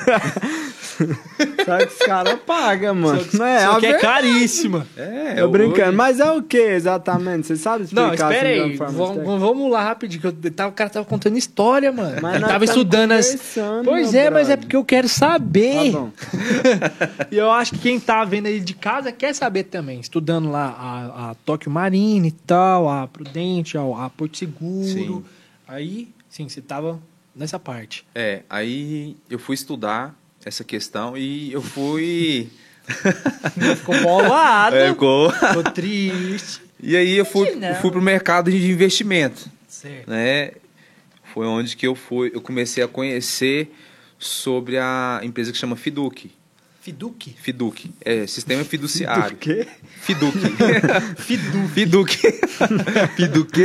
Só que os caras pagam, mano. Só que é caríssima. Tô brincando. Mas é o que exatamente? Você sabe explicar? Não, espera aí. Vamos lá rapidinho. Que o cara tava contando história, mano. Mas ele tava estudando Pois é, mas é porque eu quero saber. Tá bom. E eu acho que quem tá vendo aí de casa quer saber também. Estudando lá a Tóquio Marine e tal, a Prudente, a Porto Seguro. Sim. Aí, sim, você tava nessa parte. Aí eu fui estudar essa questão e eu fui... Ficou bolado. Ficou triste. E aí eu fui pro mercado de investimento. Certo. Né? Foi onde que eu comecei a conhecer sobre a empresa que chama Fiduc. Fiduc? Fiduc. Sistema fiduciário. O quê? Fiduc. Fiduc. Fiduc.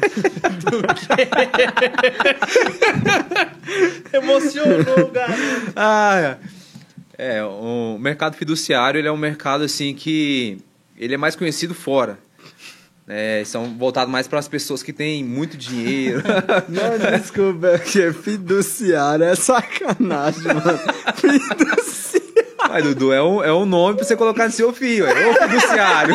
Emocionou, garoto. O mercado fiduciário ele é um mercado assim que ele é mais conhecido fora. São voltados mais para as pessoas que têm muito dinheiro. Não, desculpa, que fiduciário é sacanagem, mano. Fiduciário. Mas, Dudu, é um nome pra você colocar no seu filho. É o fiduciário.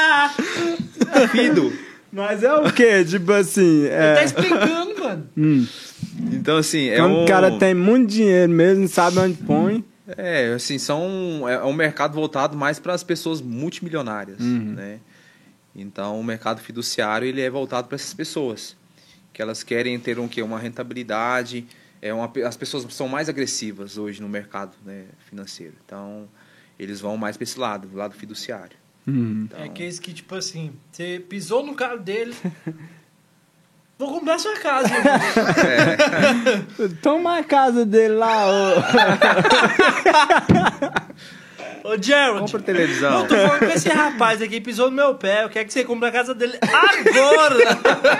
Fido. Mas é o quê? Tipo assim... Ele tá explicando, mano. Então, assim... Quando o cara tem muito dinheiro mesmo, sabe onde põe... assim, é um mercado voltado mais para as pessoas multimilionárias, né? Então, o mercado fiduciário, ele é voltado para essas pessoas. Que elas querem ter uma rentabilidade... as pessoas são mais agressivas hoje no mercado, né, financeiro. Então, eles vão mais para esse lado, do lado fiduciário. Então... É aqueles que, tipo assim, você pisou no carro dele... Vou comprar sua casa. Toma a casa dele lá, Ô, Gerald. Compra televisão. Eu tô falando com esse rapaz aqui, pisou no meu pé. Eu quero que você compre a casa dele agora.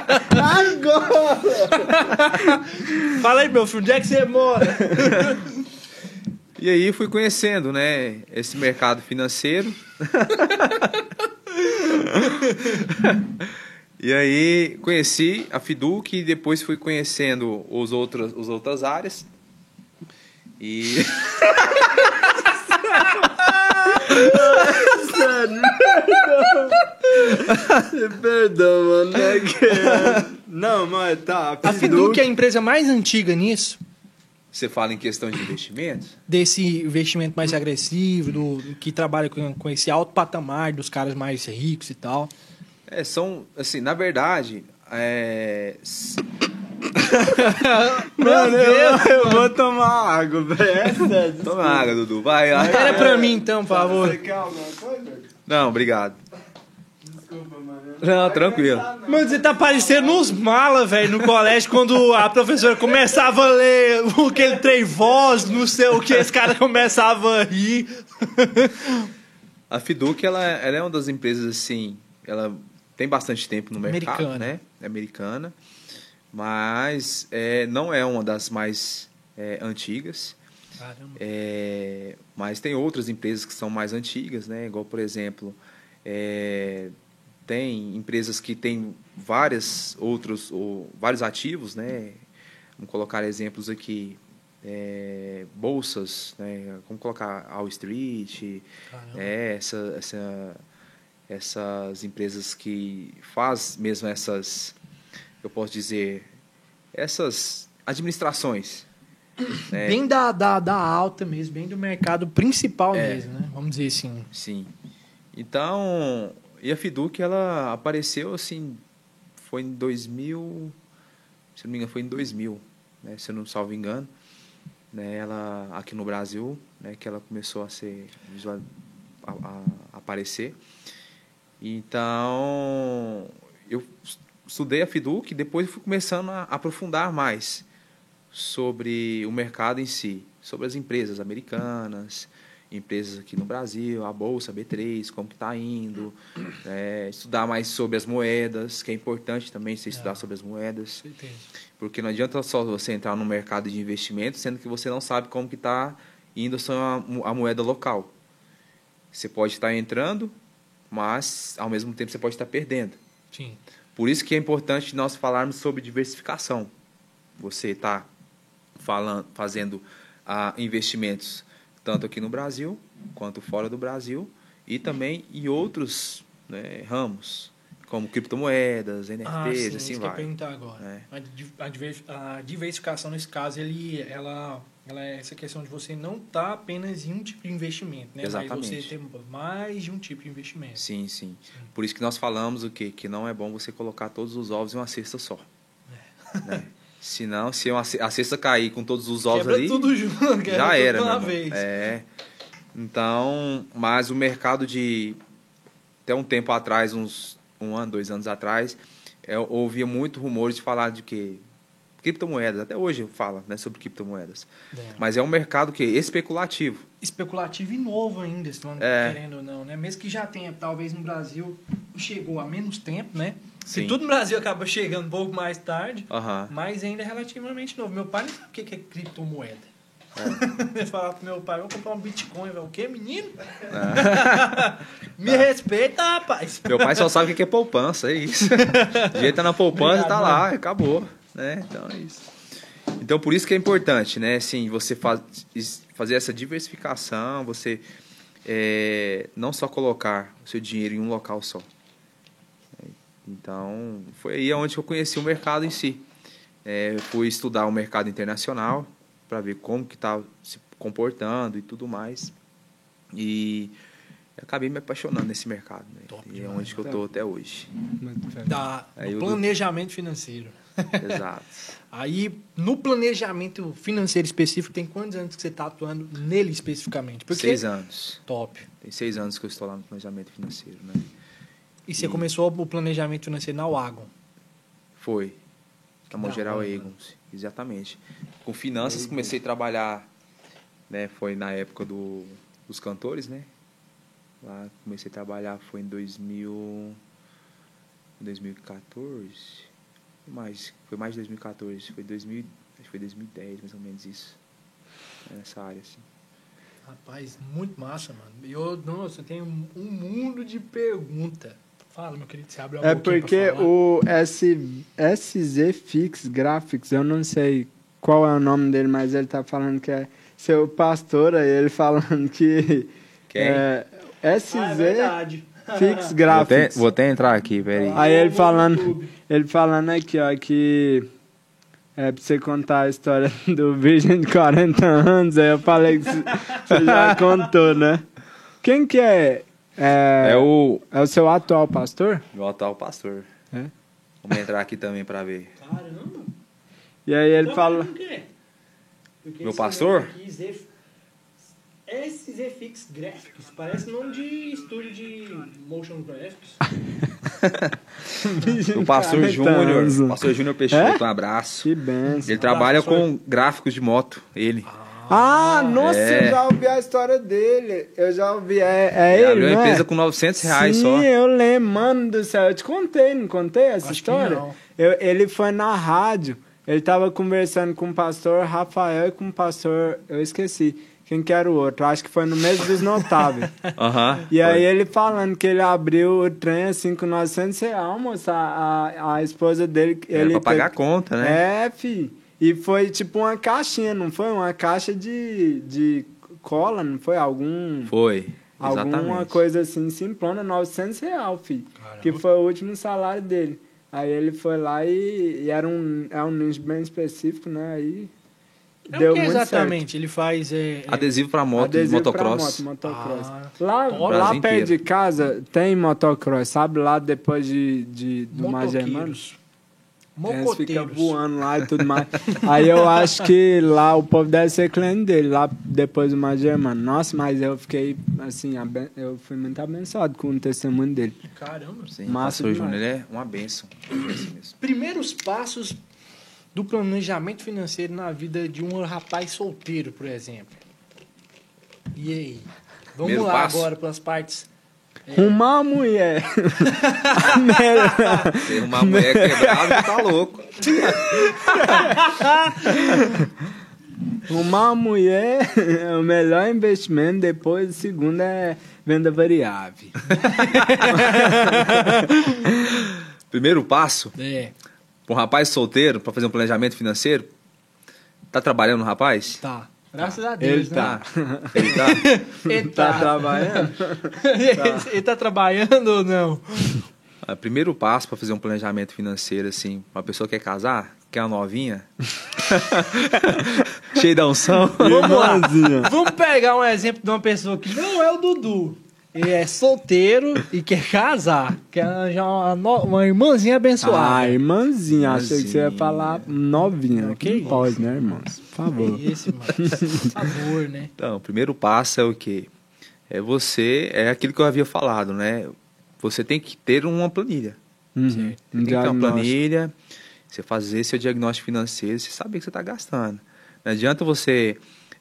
Fala aí, meu filho, onde é que você mora? E aí fui conhecendo, né, esse mercado financeiro. E aí conheci a Fiduc e depois fui conhecendo as outras áreas. E... Perdão, mano. Não, mas tá. A Fiduc é a empresa mais antiga nisso? Você fala em questão de investimento? Desse investimento mais agressivo, que trabalha com esse alto patamar dos caras mais ricos e tal. São, assim, na verdade... Mano, eu vou tomar água, velho. Toma água, Dudu. Vai. Era pra mim, então, por favor. Você quer alguma coisa? Não, obrigado. Desculpa, mano. Não, tranquilo. Mano, você tá parecendo uns mala, velho, no colégio, quando a professora começava a ler aquele trem voz, não sei o que, esse cara começava a rir. A Fiduc, ela é uma das empresas, assim, ela tem bastante tempo no mercado, né? É americana. Mas não é uma das mais antigas. Caramba. Mas tem outras empresas que são mais antigas, né? Igual, por exemplo, tem empresas que têm vários ativos, né? Vamos colocar exemplos aqui. Bolsas, né? Vamos colocar Wall Street, essas empresas que fazem mesmo essas... eu posso dizer, essas administrações. Né? Bem da alta mesmo, bem do mercado principal mesmo, né? Vamos dizer assim. Sim. Então, e a Fiduc, ela apareceu, assim, foi em 2000, se não me engano, foi em 2000, né? Se eu não salvo engano. Né? Ela, aqui no Brasil, né? Que ela começou a aparecer. Então... eu estudei a FIDUC e depois fui começando a aprofundar mais sobre o mercado em si, sobre as empresas americanas, empresas aqui no Brasil, a Bolsa, B3, como que está indo, estudar mais sobre as moedas, que é importante também você estudar sobre as moedas, porque não adianta só você entrar no mercado de investimento, sendo que você não sabe como que está indo a moeda local. Você pode estar entrando, mas ao mesmo tempo você pode estar perdendo. Sim. Por isso que é importante nós falarmos sobre diversificação. Você está fazendo investimentos tanto aqui no Brasil quanto fora do Brasil e também em outros, né, ramos, como criptomoedas, NFTs, assim vai. Eu perguntar agora. A diversificação nesse caso, ela é essa questão de você não estar apenas em um tipo de investimento, né? Exatamente. Mas você ter mais de um tipo de investimento. Sim. Por isso que nós falamos que não é bom você colocar todos os ovos em uma cesta só. Né? Senão, se a cesta cair com todos os ovos quebra ali, tudo junto, já era, tudo meu uma irmão. vez. Então, mas o mercado até um tempo atrás, uns 1 ano, 2 anos atrás, eu ouvia muito rumores de falar de que criptomoedas, até hoje eu falo, né, sobre criptomoedas. Mas é um mercado especulativo. Especulativo e novo ainda, querendo ou não, né? Mesmo que já tenha, talvez no Brasil, chegou há menos tempo, né? Sim. Se tudo no Brasil acaba chegando um pouco mais tarde, Uhum. mas ainda é relativamente novo. Meu pai não sabe o que é criptomoeda. Ele falava pro meu pai, vou comprar um Bitcoin. O quê, menino? Me respeita, rapaz. Meu pai só sabe o que é poupança, é isso. O jeito tá na poupança, tá lá, acabou. Né? Então é isso. Então por isso que é importante, né? Assim, você fazer essa diversificação, você não só colocar o seu dinheiro em um local só. Então foi aí onde eu conheci o mercado em si. Fui estudar o mercado internacional para ver como que tá se comportando e tudo mais. E acabei me apaixonando nesse mercado, né? E é onde que eu tô até hoje. Do planejamento financeiro. Exato. Aí, no planejamento financeiro específico, tem quantos anos que você está atuando nele especificamente? 6 anos. Top. Tem 6 anos que eu estou lá no planejamento financeiro, né? E você começou o planejamento financeiro na Wagon? Foi. Na Mogeral Egon, exatamente. Com finanças comecei a trabalhar, né? Foi na época dos cantores, né? Lá comecei a trabalhar, foi em 2014. Foi mais de 2014, acho que foi 2010, mais ou menos isso. Nessa área, assim. Rapaz, muito massa, mano. Nossa, eu tenho um mundo de perguntas. Fala, meu querido, você abre a boquinha porque o SZ Fix Graphics, eu não sei qual é o nome dele, mas ele tá falando que é seu pastor, aí ele falando que... Quem? SZ é verdade. Fix Graphics. Vou até entrar aqui, peraí. Aí ele falando aqui, ó, que pra você contar a história do virgem de 40 anos, aí eu falei que você já contou, né? Quem que é? É o seu atual pastor? Meu atual pastor. É? Vamos entrar aqui também pra ver. Caramba. E aí ele fala... Meu pastor? SZ Fix Graphics. Parece nome de estúdio de motion graphics. O pastor Júnior. Pastor Júnior Peixoto, um abraço. Que benção. Ele trabalha com gráficos de moto, ele. Nossa, eu já ouvi a história dele. Eu já ouvi, ele abriu não uma empresa é? com R$900 Sim, só. Sim, eu lembro, mano do céu. Eu te contei, não contei essa Acho história? que não. Ele foi na rádio, ele tava conversando com o pastor Rafael e com o pastor, eu esqueci, quem que era o outro. Acho que foi no mês dos notáveis. E aí ele falando que ele abriu o trem assim com R$900, moço. A esposa dele... Era pra pagar a conta, né? Fi. E foi tipo uma caixinha, não foi? Uma caixa de cola, não foi? Foi, exatamente. Alguma coisa assim, simplona, R$900, filho. Caramba. Que foi o último salário dele. Aí ele foi lá e é um nicho bem específico, né? Aí deu muito exatamente? Certo. Ele faz... adesivo pra moto, adesivo motocross. Pra motocross. Lá perto de casa tem motocross, sabe? Lá depois do Magermanos. Eles ficam voando lá e tudo mais. Aí eu acho que lá o povo deve ser cliente dele, lá depois do Magé, mano. Nossa, mas eu fiquei, assim, eu fui muito abençoado com o testemunho dele. Caramba. Sim, o pastor Júnior, ele é uma bênção. Mesmo. Primeiros passos do planejamento financeiro na vida de um rapaz solteiro, por exemplo. E aí? Vamos Primeiro lá passo. agora para as partes... Uma mulher. Ser uma mulher quebrada, tá louco. Uma mulher é o melhor investimento, depois o segundo é venda variável. Primeiro passo, para um rapaz solteiro, para fazer um planejamento financeiro, tá trabalhando, rapaz? Tá. Graças a Deus, Ele tá. Ele tá? Ele Tá trabalhando? Ele tá trabalhando ou não? Primeiro passo para fazer um planejamento financeiro, assim, uma pessoa que quer casar, quer uma novinha, cheia da unção. Vamos lá. Vamos pegar um exemplo de uma pessoa que não é o Dudu. Ele é solteiro e quer casar. Quer arranjar uma irmãzinha abençoada. Irmãzinha. Achei que você ia falar novinha. Que não pode, né, irmãos? Por favor. Que isso, mano. Por favor, né? Então, o primeiro passo é o quê? É aquilo que eu havia falado, né? Você tem que ter uma planilha. Você Tem que ter uma planilha, você fazer seu diagnóstico financeiro, você saber o que você está gastando. Não adianta você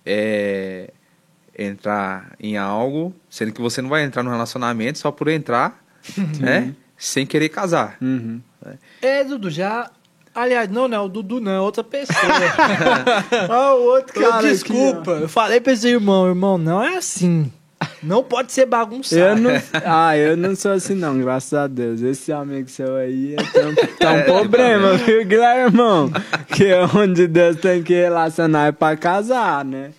entrar em algo, sendo que você não vai entrar no relacionamento só por entrar, né? Sem querer casar. Uhum. Dudu, já... Aliás, não, o Dudu não, é outra pessoa. Olha o outro cara. Desculpa, eu falei pra esse irmão, não é assim. Não pode ser bagunçado. Eu não sou assim não, graças a Deus. Esse amigo seu aí tá um problema, viu, Guilherme, irmão? Que é onde Deus tem que relacionar é pra casar, né?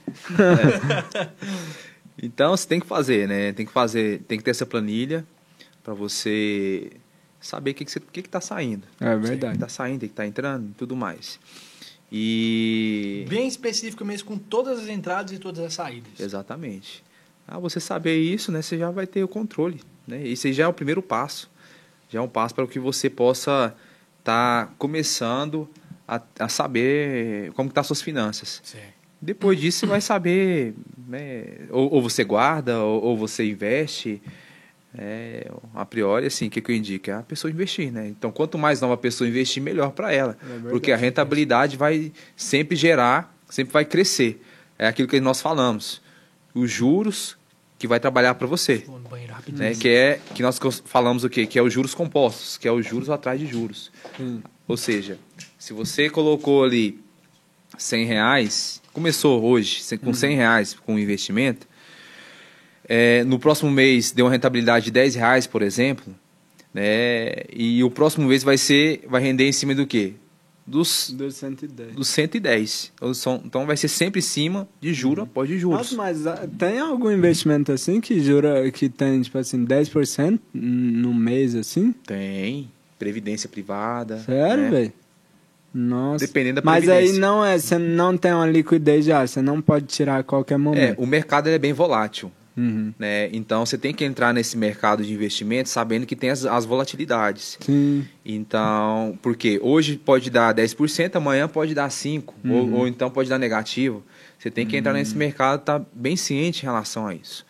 Então, você tem que fazer, né? Tem que ter essa planilha pra você saber o que tá saindo. É verdade. O que tá saindo, o que tá entrando e tudo mais. E... Bem específico mesmo, com todas as entradas e todas as saídas. Exatamente. Você saber isso, né, você já vai ter o controle, né? Isso aí já é o primeiro passo. Já é um passo para que você possa estar começando a saber como estão as suas finanças. Certo. Depois disso, você vai saber, né, ou você guarda, ou você investe. A priori, assim, o que eu indico? É a pessoa investir, né? Então, quanto mais nova a pessoa investir, melhor para ela. Porque a rentabilidade vai sempre sempre vai crescer. É aquilo que nós falamos. Os juros que vai trabalhar para você. Vou no banheiro rapidinho. Né? Que nós falamos o quê? Que é os juros compostos, que é os juros atrás de juros. Ou seja, se você colocou ali R$100, começou hoje com R$100 com o investimento, no próximo mês deu uma rentabilidade de R$10, por exemplo, né? E o próximo mês vai render em cima do quê? Dos 110. Dos 110. Então vai ser sempre em cima de juros após de juros. Nossa, mas tem algum investimento assim que tem, tipo assim, 10% no mês, assim? Tem. Previdência privada. Sério, né? velho? Nossa. Dependendo da Mas previdência. aí você não tem uma liquidez já, você não pode tirar a qualquer momento. O mercado é bem volátil. Uhum. Né? Então você tem que entrar nesse mercado de investimento sabendo que tem as volatilidades. Sim. Então, porque hoje pode dar 10%, amanhã pode dar 5%, ou então pode dar negativo. Você tem que entrar nesse mercado e estar bem ciente em relação a isso.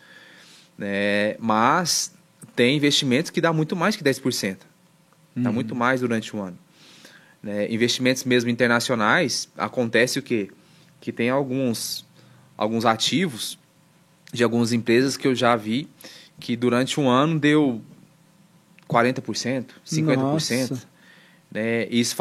Mas tem investimentos que dá muito mais que 10%. Dá muito mais durante o ano. Investimentos mesmo internacionais, acontece o quê? Que tem alguns ativos de algumas empresas que eu já vi que durante um ano deu 40%, 50%. Nossa. Né? Isso